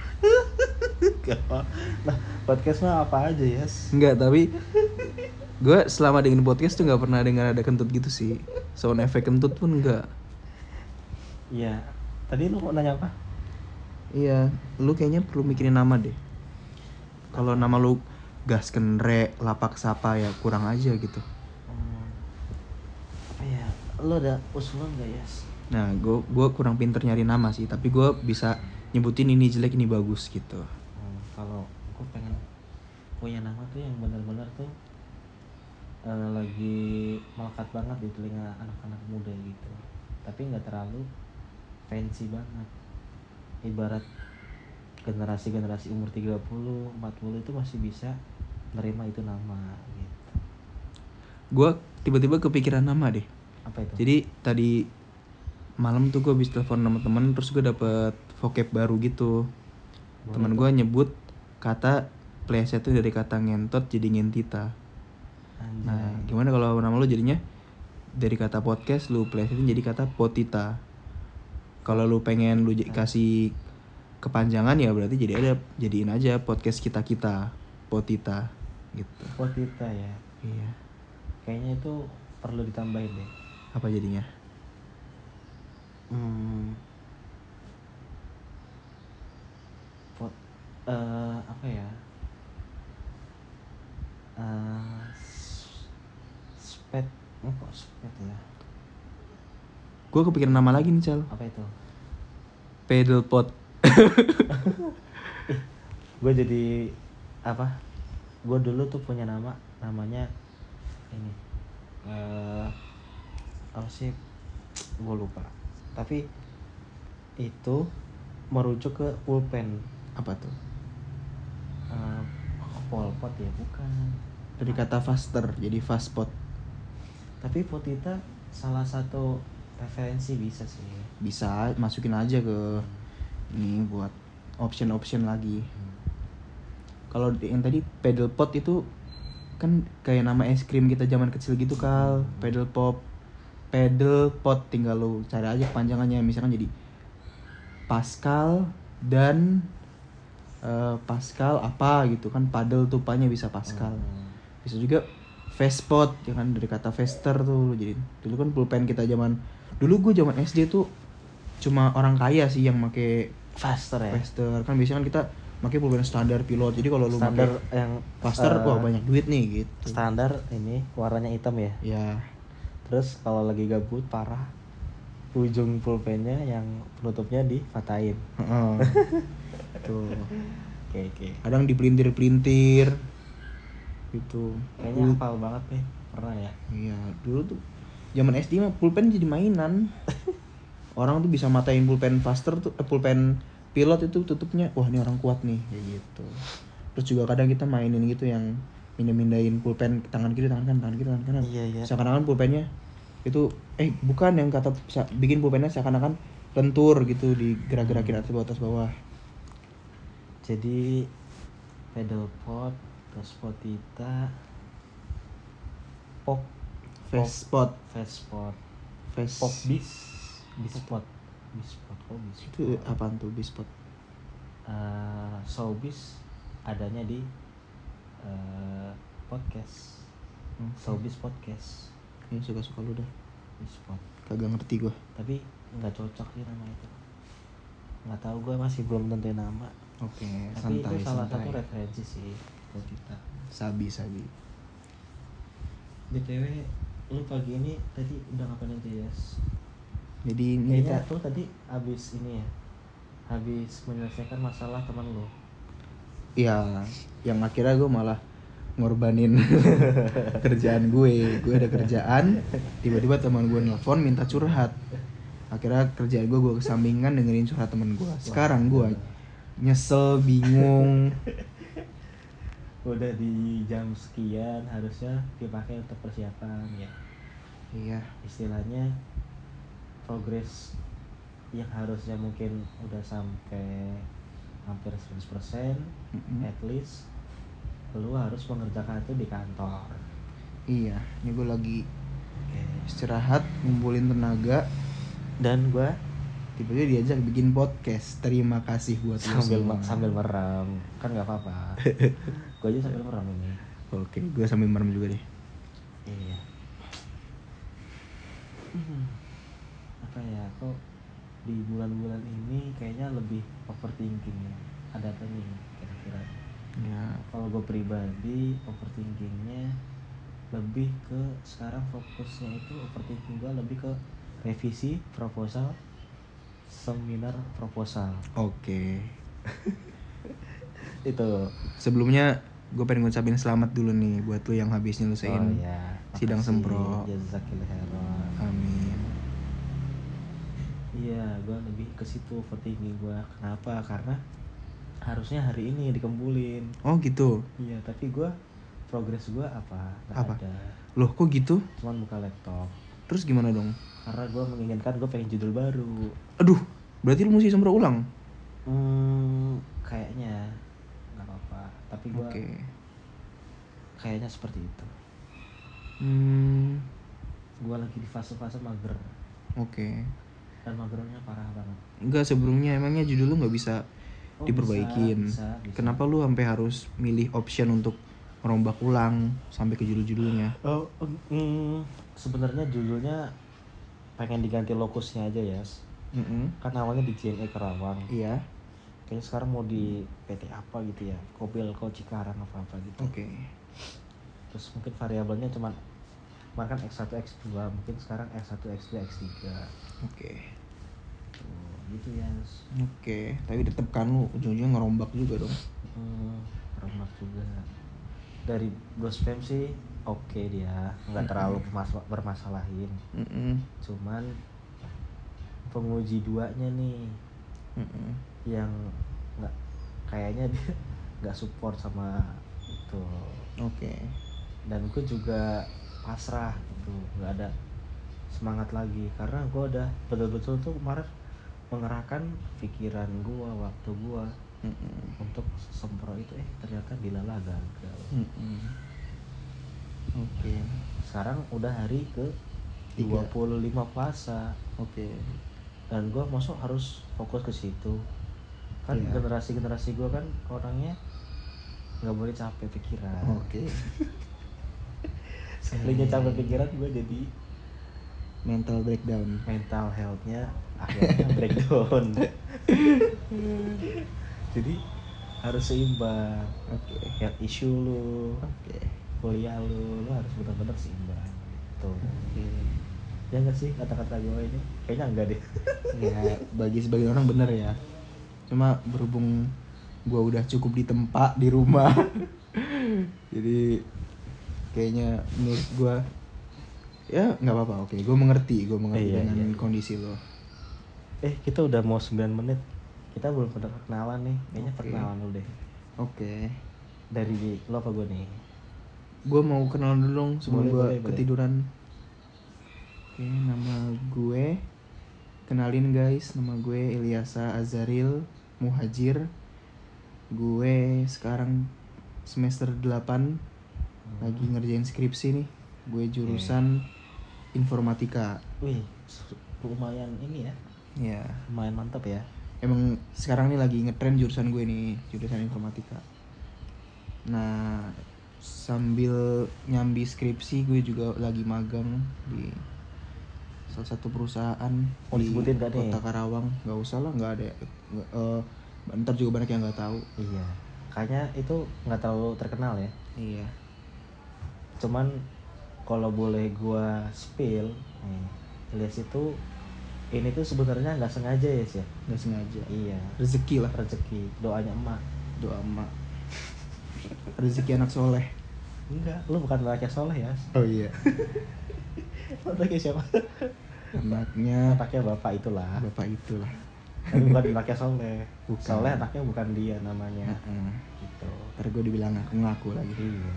Nah, podcast mah apa aja ya? Yes? Enggak, tapi gue selama dengerin podcast tuh nggak pernah dengar ada kentut gitu sih. Sound efek kentut pun enggak. Iya. Tadi lu mau nanya apa? Iya, lu kayaknya perlu mikirin nama deh. Kalau nama lu Gasken Re, Lapak Sapa ya kurang aja gitu. Hmm, apa ya? Lu ada usulan gak ya? Yes? Nah, gue gue kurang pinter nyari nama sih, tapi gue bisa nyebutin ini jelek ini bagus gitu. Hmm, kalau gue pengen punya nama tuh yang benar-benar tuh uh, lagi melekat banget di telinga anak-anak muda gitu, tapi nggak terlalu fancy banget. Ibarat generasi-generasi umur tiga puluh, empat puluh itu masih bisa nerima itu nama gitu. Gue tiba-tiba kepikiran nama deh. Apa itu? Jadi tadi malam tuh gue habis telepon sama temen, terus gue dapet vocab baru gitu. Boleh Temen tuh. gue nyebut kata pleset tuh dari kata ngentot jadi ngentita. Anjay. Nah, gimana kalau nama lu jadinya dari kata podcast lu plesetin jadi kata potita. Kalau lu pengen lu j- kasih kepanjangan ya berarti jadi ada jadiin aja podcast kita kita potita gitu. Potita ya. Iya. Kayaknya itu perlu ditambahin deh. Apa jadinya? Hmm. Pot, eh apa ya? Eh, s- spet, eh, kok spet ya? Gue kepikiran nama lagi nih Cal. Apa itu? Pedal pot. Gue jadi apa? Gue dulu tuh punya nama, namanya ini. Eh, apa sih? Gue lupa. Tapi itu merujuk ke pulpen. Apa tuh? Eh, Polpot ya bukan. Dari kata faster jadi fast pot. Tapi potita salah satu referensi bisa sih. Bisa masukin aja ke ini buat option-option lagi. Kalau di- yang tadi pedal pot itu kan kayak nama es krim kita zaman kecil gitu Kal. Pedal pop, pedal pot, tinggal lu cari aja kepanjangannya, misalkan jadi Pascal dan eh, Pascal apa gitu kan, paddle tuh panya bisa Pascal. Hmm. Bisa juga Vespot ya kan, dari kata Vester tuh lu jadi. Dulu kan pulpen kita zaman dulu gue zaman S D tuh cuma orang kaya sih yang make Faster ya. Vester. Kan biasanya kan kita make pulpen standar pilot. Jadi kalau lu Standar make yang Faster eh, wah banyak duit nih gitu. standar ini warnanya hitam ya. Ya. Terus kalau lagi gabut parah, ujung pulpennya yang penutupnya dipatahin. Heeh. Tuh. Oke oke. Kadang dipelintir-pelintir gitu. Kayaknya Dulu- hafal banget nih, pernah ya. Iya, dulu tuh zaman S D mah pulpen jadi mainan. Orang tuh bisa matain pulpen faster tuh, eh, pulpen pilot itu tutupnya, wah ini orang kuat nih kayak gitu. Terus juga kadang kita mainin gitu yang mindah-mindahin pulpen tangan kiri tangan kanan tangan kiri tangan kanan. Iya, iya. Seakan-akan pulpennya itu eh bukan yang kata sa- bikin pulpennya seakan-akan lentur gitu digerak-gerakin atas bawah atas bawah. Jadi pedal pot, terus potita, pop, Fast spot, fast spot, fast pop bis, bis spot, bis spot, kok bis itu apaan tuh bis spot? uh, showbiz adanya di uh, podcast, Hmm. showbiz podcast, Ini suka-suka lu dah. bis spot. Kagak ngerti gua. Tapi nggak cocok sih nama itu. Nggak tahu, gue masih belum tentuin nama. Oke, Tapi santai itu salah santai. satu referensi sih buat kita. Sabi sabi. B T W lu pagi ini tadi udah ngapain aja ya? Jadi ini Kayaknya kita lu tadi habis ini ya, habis menyelesaikan masalah teman lu. ya yang akhirnya gue malah ngorbanin kerjaan gue. Gue ada kerjaan, tiba-tiba teman gue nelfon minta curhat. Akhirnya kerjaan gue gue kesampingkan dengerin curhat teman gue. Sekarang gue nyesel, bingung. Udah di jam sekian harusnya dipakai untuk persiapan ya. Iya. Istilahnya progres yang harusnya mungkin udah sampai hampir seratus persen Mm-mm. at least lu harus mengerjakan itu di kantor. Iya, ini gue lagi istirahat, ngumpulin tenaga, Dan gue tiba-tiba diajak bikin podcast. Terima kasih buat lo sambil semua. sambil merem kan nggak apa-apa. Gue aja sambil merem ini. Oke, gue sambil merem juga deh. Iya. Hmm. Apa ya, kok di bulan-bulan ini kayaknya lebih overthinking ya. Ada apa nih kira-kira? Ya, Kalau gue pribadi overthinkingnya lebih ke sekarang fokusnya itu overthinking gue lebih ke revisi proposal seminar proposal oke. itu. Sebelumnya gue pengen ngucapin selamat dulu nih buat lo yang habis nyelesain Oh ya, sidang makasih. sempro. Jazakillah khairan. Amin. Iya, gue lebih ke situ overthinking gue. Kenapa? Karena harusnya hari ini dikembulin. Oh gitu. Iya, tapi gue progres gue apa? Nggak Apa? ada. Loh kok gitu? Cuman buka laptop. Terus gimana dong? Karena gue menginginkan gue pengen judul baru. Aduh, berarti lu mesti sempro ulang. Hmm, kayaknya nggak apa-apa. Tapi gue Oke. kayaknya seperti itu. Hmm, Gue lagi di fase-fase mager. oke. Dan magernya parah banget. Enggak, sebelumnya emangnya judul lu nggak bisa Oh, diperbaikin. bisa, bisa, bisa. Kenapa lu sampai harus milih option untuk merombak ulang sampai ke judul-judulnya? Oh, mm, sebenarnya judulnya pengen diganti lokusnya aja ya. Mm-mm. Kan awalnya di J N E Karawang. Iya. Kayaknya sekarang mau di P T apa gitu ya, Kobelko Cikarang apa apa gitu. Oke. Terus mungkin variabelnya cuman kemarin kan X satu X dua, mungkin sekarang X satu X dua X tiga. Oke. Tuh, gitu ya. Oke, tapi tetep kan lu ujung-ujungnya ngerombak juga dong. Hmm, remak juga. Dari Bros Fam sih oke dia, nggak terlalu bermas- bermasalahin. Mm-mm. Cuman penguji duanya nih Mm-mm. yang nggak, kayaknya dia nggak support sama itu. Oke. Dan gue juga pasrah gitu, nggak ada semangat lagi karena gue udah betul-betul tuh kemarin mengerahkan pikiran gue, waktu gue Mm-mm. untuk sempro itu, eh ternyata dilalah gagal. Mm-mm. Oke. Sekarang udah hari ke Tiga. dua puluh lima puasa Oke. dan gue masuk harus fokus ke situ kan. Iya. Generasi-generasi gue kan orangnya nggak boleh capek pikiran. Oke. Sekalinya capek pikiran gue jadi Mental breakdown. mental health-nya akhirnya breakdown. Jadi harus seimbang. Oke. Health issue lu, Oke. kuliah lu, lu harus benar-benar seimbang gitu. Oke. Ya nggak sih kata-kata gue ini? Kayaknya enggak deh. Ya bagi sebagian orang bener ya. Cuma berhubung gue udah cukup ditempa di rumah, jadi kayaknya menurut gue ya nggak apa-apa. Oke, gue mengerti, gue mengerti Iya, dengan iya. kondisi lo. Eh kita udah mau sembilan menit. Kita belum pernah kenalan nih. Kayaknya Oke. perkenalan dulu deh. Oke, Dari lo apa gue nih? gue mau kenalan dulu dong sebelum Boleh, gue boleh, boleh. ketiduran. Oke, nama gue, kenalin guys, nama gue Ilyasa Azaril Muhajir. Gue sekarang semester delapan, lagi ngerjain skripsi nih. Gue jurusan informatika. Wih, lumayan ini ya. Ya, Lumayan mantap ya. emang sekarang nih lagi ngetren jurusan gue nih, jurusan informatika. Nah, sambil nyambi skripsi gue juga lagi magang di salah satu perusahaan Mau di disebutin gak nih? Kota Karawang. Nggak usah lah, nggak ada. Nggak, eh, ntar juga banyak yang nggak tahu. Iya. Kayaknya itu nggak terlalu terkenal ya. Iya. Cuman kalau boleh gue spill, nih, Ilyas itu ini tuh sebenarnya nggak sengaja ya sih. Nggak sengaja. Iya. Rezeki lah. Rezeki, doanya emak. Doa emak. Rezeki anak soleh. Enggak, lu bukan anaknya soleh ya. Oh iya. Anaknya siapa? Anaknya Anaknya bapak itulah. bapak itulah. Tapi bukan anaknya soleh. Bukan. Soleh anaknya bukan dia namanya. Heeh. Gitu. Ntar gue dibilang ngaku-ngaku lagi. Iya.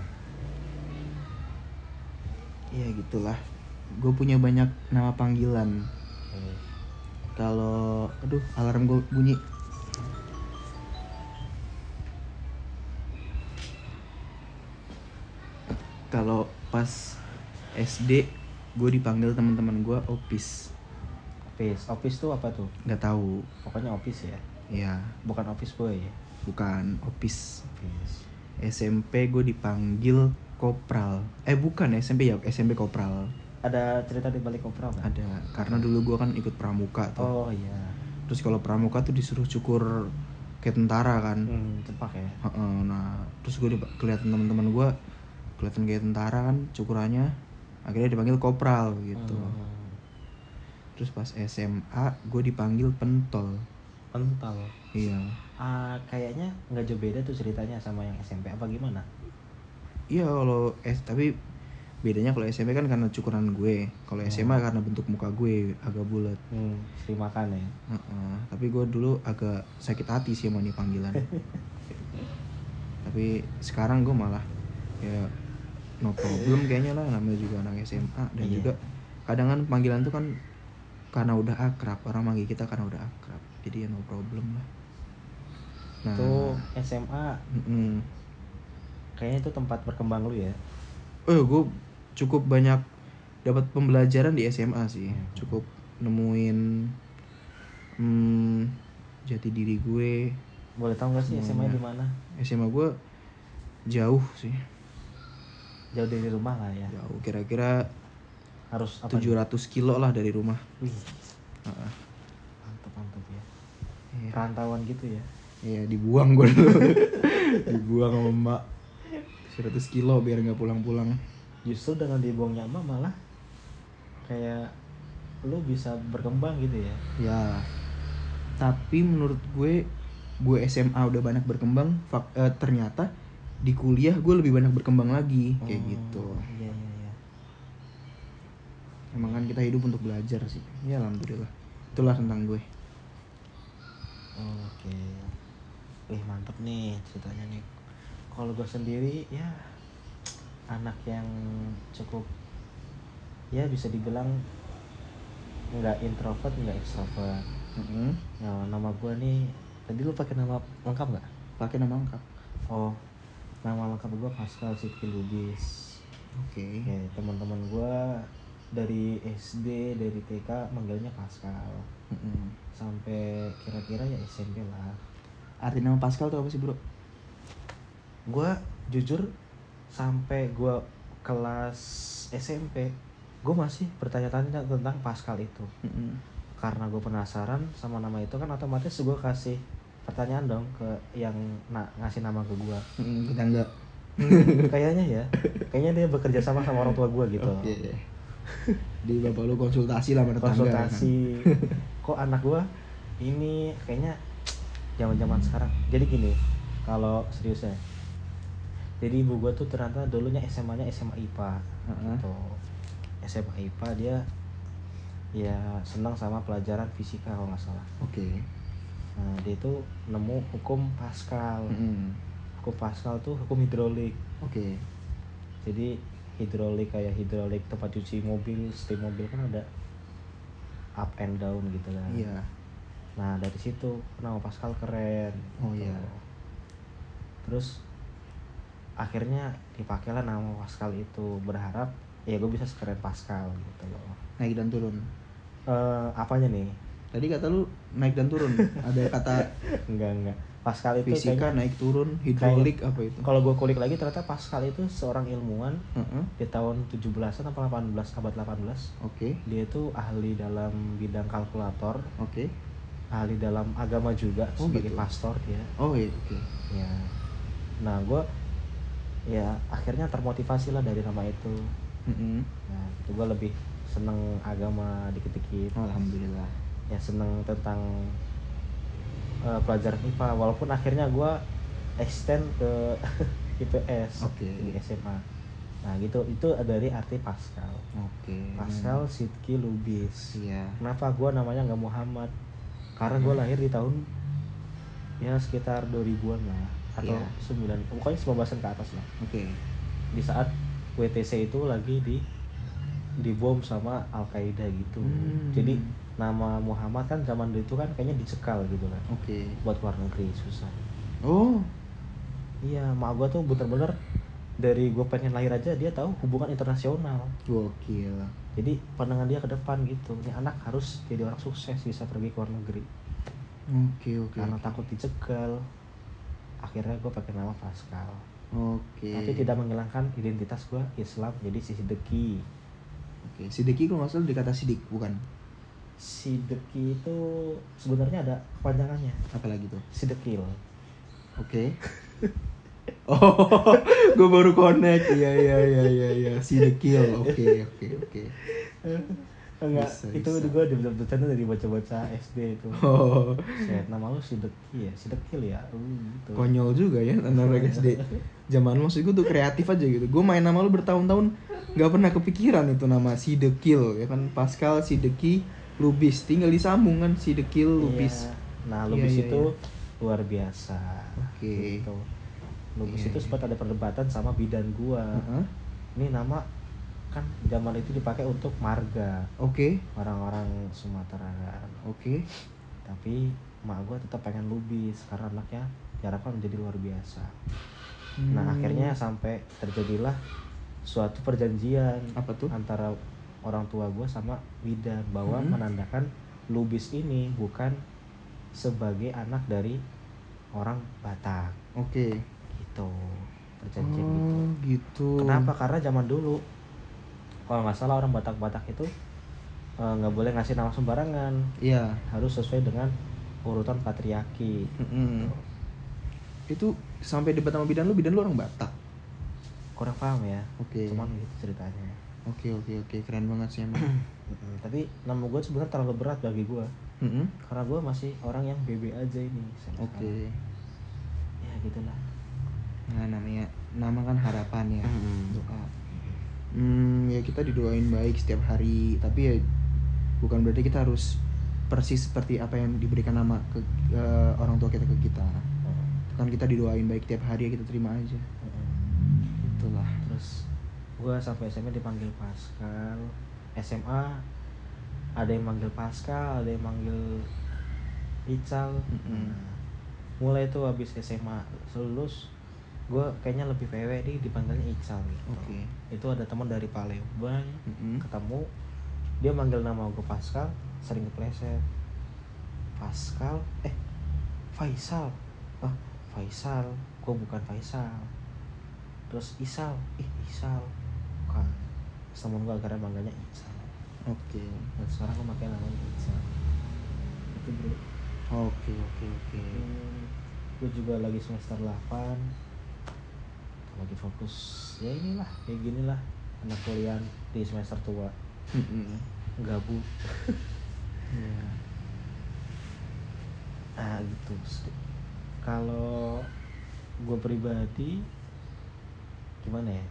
Iya gitulah. Gue punya banyak nama panggilan. Oke. Kalau aduh alarm gue bunyi. Kalau pas S D gue dipanggil teman-teman gue Opis. Office, office tuh apa tuh? Nggak tahu. Pokoknya office ya. Ya, Bukan office boy ya. bukan Opis. Office. S M P gue dipanggil Kopral. Eh bukan S M P ya, S M P Kopral. Ada cerita di balik kopral nggak? Ada, karena dulu gue kan ikut pramuka tuh. Oh iya. Terus kalau pramuka tuh disuruh cukur kayak tentara kan. Hmm, cepak ya. Heeh, nah terus gue kelihatan teman-teman gue kelihatan kayak tentara kan cukurannya, akhirnya dipanggil kopral gitu. Hmm. Terus pas S M A gue dipanggil pentol. Pentol. Iya. Ah, kayaknya nggak jauh beda tuh ceritanya sama yang S M P apa gimana? Iya kalau S tapi bedanya kalau S M P kan karena cukuran gue, kalau S M A karena bentuk muka gue agak bulat. Hmm, sering makan ya. Heeh, tapi gue dulu agak sakit hati sih sama nih panggilan. Tapi sekarang gue malah ya no problem kayaknya lah, namanya juga anak S M A. Dan Iya. juga kadang kan panggilan tuh kan karena udah akrab, orang manggil kita karena udah akrab, jadi ya no problem lah. Nah, Itu S M A mm-mm. kayaknya itu tempat berkembang lu ya. Oh gue cukup banyak dapat pembelajaran di S M A sih, Hmm. cukup nemuin hmm, jati diri gue. Boleh tahu nggak sih S M A Semuanya. di mana? S M A gue jauh sih, Jauh dari rumah lah ya. jauh kira-kira Harus apa? tujuh ratus kilo lah dari rumah. Wih, Heeh. mantap mantap ya. Iya. Perantauan gitu ya. Iya dibuang gue dulu, dibuang sama emak seratus kilo biar nggak pulang-pulang. Justru dengan dibuangnya emak malah kayak lu bisa berkembang gitu ya. Ya, tapi menurut gue, gue S M A udah banyak berkembang. Fak, eh, ternyata di kuliah gue lebih banyak berkembang lagi kayak Oh, gitu. Iya iya iya. Emang kan kita hidup untuk belajar sih. Ya alhamdulillah. Itulah tentang gue. Oke. Wih mantep nih ceritanya nih. Kalau gue sendiri ya anak yang cukup ya bisa dibilang nggak introvert nggak extrovert. Mm-hmm. Nah, nama gue nih tadi lu pakai nama lengkap nggak? Pakai nama lengkap. Oh, nama lengkap gue Pascal Sidki Lubis. Oke. Oke, teman-teman gue dari S D dari T K manggilnya Pascal Mm-mm. sampai kira-kira ya S M P lah. Arti nama Pascal tuh apa sih bro? Gue jujur sampai gue kelas S M P gue masih bertanya-tanya tentang Pascal itu. Mm-mm. Karena gue penasaran sama nama itu kan otomatis gue kasih pertanyaan dong ke yang na- ngasih nama ke gue. Mm-mm, kita enggak. Kayaknya ya, kayaknya dia bekerja sama sama orang tua gue gitu. Oke. Di bapak lu konsultasi lah sama tetangga. konsultasi kok anak gua ini kayaknya zaman-zaman sekarang. Jadi gini, kalau seriusnya, jadi ibu gua tuh ternyata dulunya S M A-nya S M A I P A Heeh. gitu. S M A I P A dia ya senang sama pelajaran fisika kalau nggak salah. Oke. Nah dia tuh nemu hukum Pascal. Mm-mm. Hukum Pascal tuh hukum hidrolik. Oke. Jadi hidrolik kayak hidrolik tempat cuci mobil, setir mobil kan ada up and down gitu kan. Iya. Nah dari situ nama Pascal keren. Oh, gitu. iya. Terus akhirnya dipakailah nama Pascal itu, berharap ya gue bisa sekeren Pascal gitu loh. Naik dan turun. Eh apanya nih? Tadi kata lu naik dan turun. Ada kata Enggak enggak. Pascal itu fisika kayaknya, naik turun, hidrolik apa itu? kalau gue kulik lagi ternyata Pascal itu seorang ilmuwan Heeh. di tahun tujuh belasan atau delapan belas, abad delapan belas. Oke. Dia itu ahli dalam bidang kalkulator, Oke. ahli dalam agama juga Oh, sebagai gitu. pastor dia. Oh iya, oke. Ya. Nah, gue ya akhirnya termotivasi lah dari nama itu. Mm-mm. Nah, itu gue lebih seneng agama dikit-dikit. Alhamdulillah. Ya seneng tentang uh, pelajaran I P A, walaupun akhirnya gue extend ke I P S Oke. di S M A. Nah gitu, itu dari arti Pascal. Oke. Pascal Sidki Lubis. Iya. Kenapa gue namanya nggak Muhammad? Karena gue lahir di tahun ya sekitar dua ribuan lah, atau Iya. sembilan, pokoknya sembilan belasan ke atas lah. Oke. Di saat W T C itu lagi di dibom sama Al Qaeda gitu. Hmm. Jadi nama Muhammad kan zaman dulu itu kan kayaknya dicekal gitu kan, Oke. buat luar negeri susah. Oh. Iya, mak gue tuh bener-bener dari gue pengen lahir aja dia tahu hubungan internasional. Gokil. Jadi pandangan dia ke depan gitu, ini anak harus jadi orang sukses, bisa pergi ke luar negeri. Oke, oke. Karena oke. takut dicegal, akhirnya gue pakai nama Pascal. Oke. Tapi tidak menghilangkan identitas gue Islam, jadi si Sideki. Oke. Sidiki kalau nggak salah dikata sidik, bukan? Sideki itu sebenarnya ada kepanjangannya, Apalagi tuh? Sidekil. Oke. Oh, gue baru connect. Iya, iya, iya, iya, iya. Sidekil. Oke, oke, oke. Enggak, Bisa, itu bisa. gue dibaca-baca dari baca-baca S D itu. Oh, Set, nama lu Sideki ya, Sidekil ya, uh, gitu. konyol juga ya anak S D. Zaman lu, maksud gue tuh kreatif aja gitu. Gue main nama lu bertahun-tahun nggak pernah kepikiran itu nama Sidekil ya kan. Pascal Sideki Lubis, tinggal disambung kan Sidekil Lubis. Iya. Nah, Iya, Lubis iya, itu iya. luar biasa. Oke. Gitu. Lubis Iya, itu iya. sempat ada perdebatan sama bidan gua. Heeh. Ini nama kan zaman itu dipakai untuk marga Oke, orang-orang Sumatera kan. oke. Tapi emak gua tetap pengen Lubis karena anaknya diharapkan menjadi luar biasa. Nah, Hmm. akhirnya sampai terjadilah suatu perjanjian Apa tuh? antara orang tua gua sama bidan bahwa Hmm. menandakan Lubis ini bukan sebagai anak dari orang Batak. Oke. Gitu, perjanjian gitu. Oh, gitu. Kenapa? Karena zaman dulu kalau nggak salah orang Batak-Batak itu eh, nggak boleh ngasih nama sembarangan, Iya. harus sesuai dengan urutan patriarki. Mm-mm. Itu sampai debat sama bidan lu, bidan lu orang Batak. Kurang paham ya, Oke. cuman gitu ceritanya. Oke, oke, oke. Keren banget sih emang. Mm-mm. Tapi nama gue sebenarnya terlalu berat bagi gue, Mm-mm. karena gue masih orang yang B B aja ini. sampai Oke. sekarang. Ya gitulah. Nah, namanya nama kan harapan ya. Mm-mm. Doa. Hmm, ya kita didoain baik setiap hari, tapi ya bukan berarti kita harus persis seperti apa yang diberikan nama ke eh, orang tua kita ke kita. Kan kita didoain baik tiap hari, ya kita terima aja. Mm-mm. Itulah. Terus gue sampai S M A dipanggil Pascal. S M A ada yang manggil Pascal, ada yang manggil Ical. Mm-mm. Nah, mulai tuh habis S M A lulus, gue kayaknya lebih P W nih dipanggilnya Ical gitu. Oke. Itu ada teman dari Palembang, Mm-mm. ketemu, dia manggil nama gue Pascal, sering kepleset. Pascal, eh Faisal, ah Faisal, gue bukan Faisal. Terus Isal, ih Isal, bukan. Terus temen gue akhirnya manggilnya Ical. Oke. Dan sekarang gue pakai namanya Ical. Itu bro. Oke, oke, oke. Hmm, gue juga lagi semester delapan, lagi fokus ya inilah kayak gini lah anak kuliah di semester tua. Mm-mm. gabut. Iya. Ah gitu. Kalau gue pribadi gimana ya?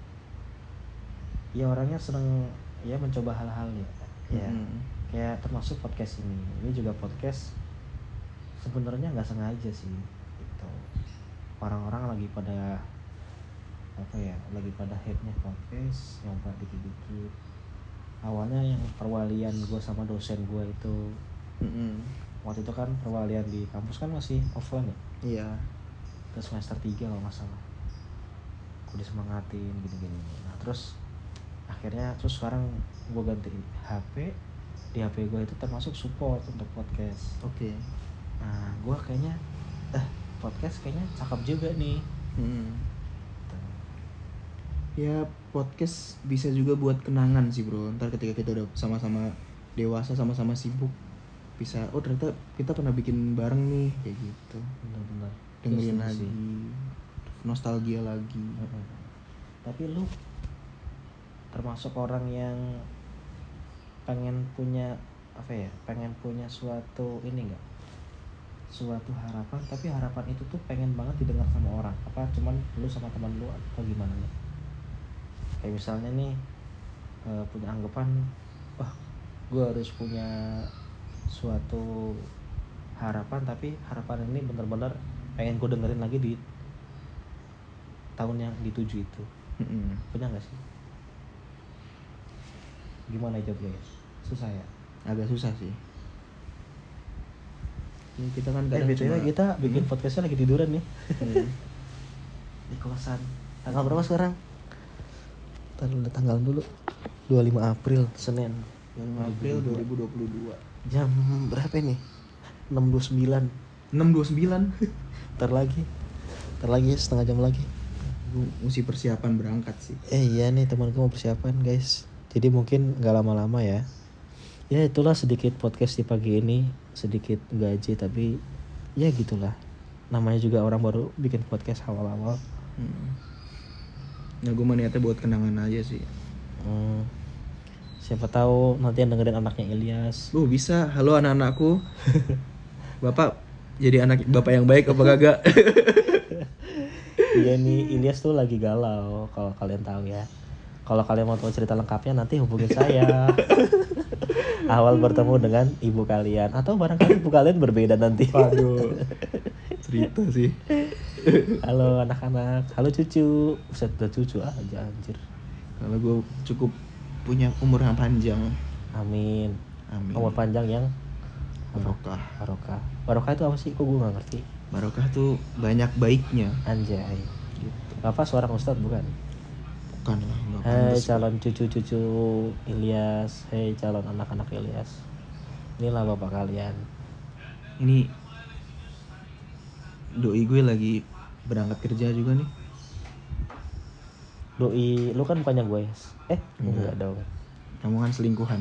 Ya orangnya seneng ya mencoba hal-hal ya. Ya. Mm-mm. Kayak termasuk podcast ini. Ini juga podcast sebenarnya nggak sengaja sih. Gitu. Orang-orang lagi pada apa ya? Lagi pada hype-nya podcast, nyoba dikit-dikit. Awalnya yang perwalian gue sama dosen gue itu Mm-mm. waktu itu kan perwalian di kampus kan masih offline ya. Iya. Terus semester tiga kalau nggak salah aku disemangatin gini-gini. Nah terus akhirnya terus sekarang gue ganti H P. Di H P gue itu termasuk support untuk podcast. Oke. Nah gue kayaknya eh podcast kayaknya cakep juga nih. Mm. Ya podcast bisa juga buat kenangan sih bro. Ntar ketika kita udah sama-sama dewasa, sama-sama sibuk, bisa oh ternyata kita pernah bikin bareng nih kayak gitu. Benar-benar Dengerin Terus lagi, sih. nostalgia lagi. Mm-mm. Tapi lu termasuk orang yang pengen punya apa ya? Pengen punya suatu ini enggak? Suatu harapan, tapi harapan itu tuh pengen banget didengar sama orang. Apa cuman lu sama teman lu atau gimana nih? Kayak misalnya nih uh, punya anggapan, wah, gue harus punya suatu harapan, tapi harapan ini benar-benar pengen gue dengerin lagi di tahun yang dituju itu. Mm-mm. Punya nggak sih? Gimana jawabnya guys? Susah ya? Agak susah sih. Ini kita kan Eh kadang btw cuma kita bikin Hmm? podcastnya lagi tiduran nih. Hmm. Di kosan. Tanggal berapa sekarang? Ntar udah tanggal dulu. dua puluh lima April Senin. lima April dua ribu dua puluh dua. Jam berapa ini? enam dua puluh sembilan. enam dua puluh sembilan. Ntar lagi. Ntar lagi ya, setengah jam lagi. Gue mesti persiapan berangkat sih. Eh iya nih temanku mau persiapan guys. Jadi mungkin nggak lama-lama ya. Ya itulah sedikit podcast di pagi ini. Sedikit gaji tapi ya gitulah. Namanya juga orang baru bikin podcast awal-awal. Hmm. Nah gue mah niatnya buat kenangan aja sih. Hmm. Siapa tahu nanti yang dengerin anaknya Ilyas. Oh bisa, halo anak-anakku. Bapak jadi anak bapak yang baik apa kagak? Iya nih Ilyas tuh lagi galau kalau kalian tahu ya. Kalau kalian mau tahu cerita lengkapnya nanti hubungin saya. Awal bertemu dengan ibu kalian atau barangkali ibu kalian berbeda nanti. Waduh. Cerita sih. Halo anak-anak, halo cucu. Buset udah cucu aja anjir. Kalau gue cukup punya umur yang panjang. Amin. Amin. Umur panjang yang Barokah. barokah. Barokah itu apa sih? Kok gue gak ngerti. Barokah tuh banyak baiknya. Anjay. Gitu. Apa seorang ustadz bukan? Bukan lah. nggak Hei pantas. calon cucu-cucu Ilyas, hei calon anak-anak Ilyas. Inilah bapak kalian. Ini doi gue lagi berangkat kerja juga nih. Doi, lu kan bukannya gue. Eh, enggak Enggak. dong. Kamu kan selingkuhan.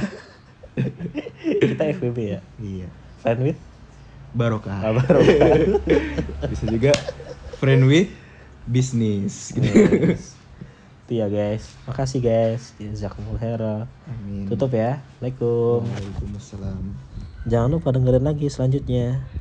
Kita F B B ya. Iya. Friend with Barokah. ah, barokah. Bisa juga friend with business. Gitu. Yes. Itu ya guys. Makasih guys. Jazakumullah khairan. Amin. Tutup ya. Assalamualaikum. Waalaikumsalam. Jangan lupa dengerin lagi selanjutnya.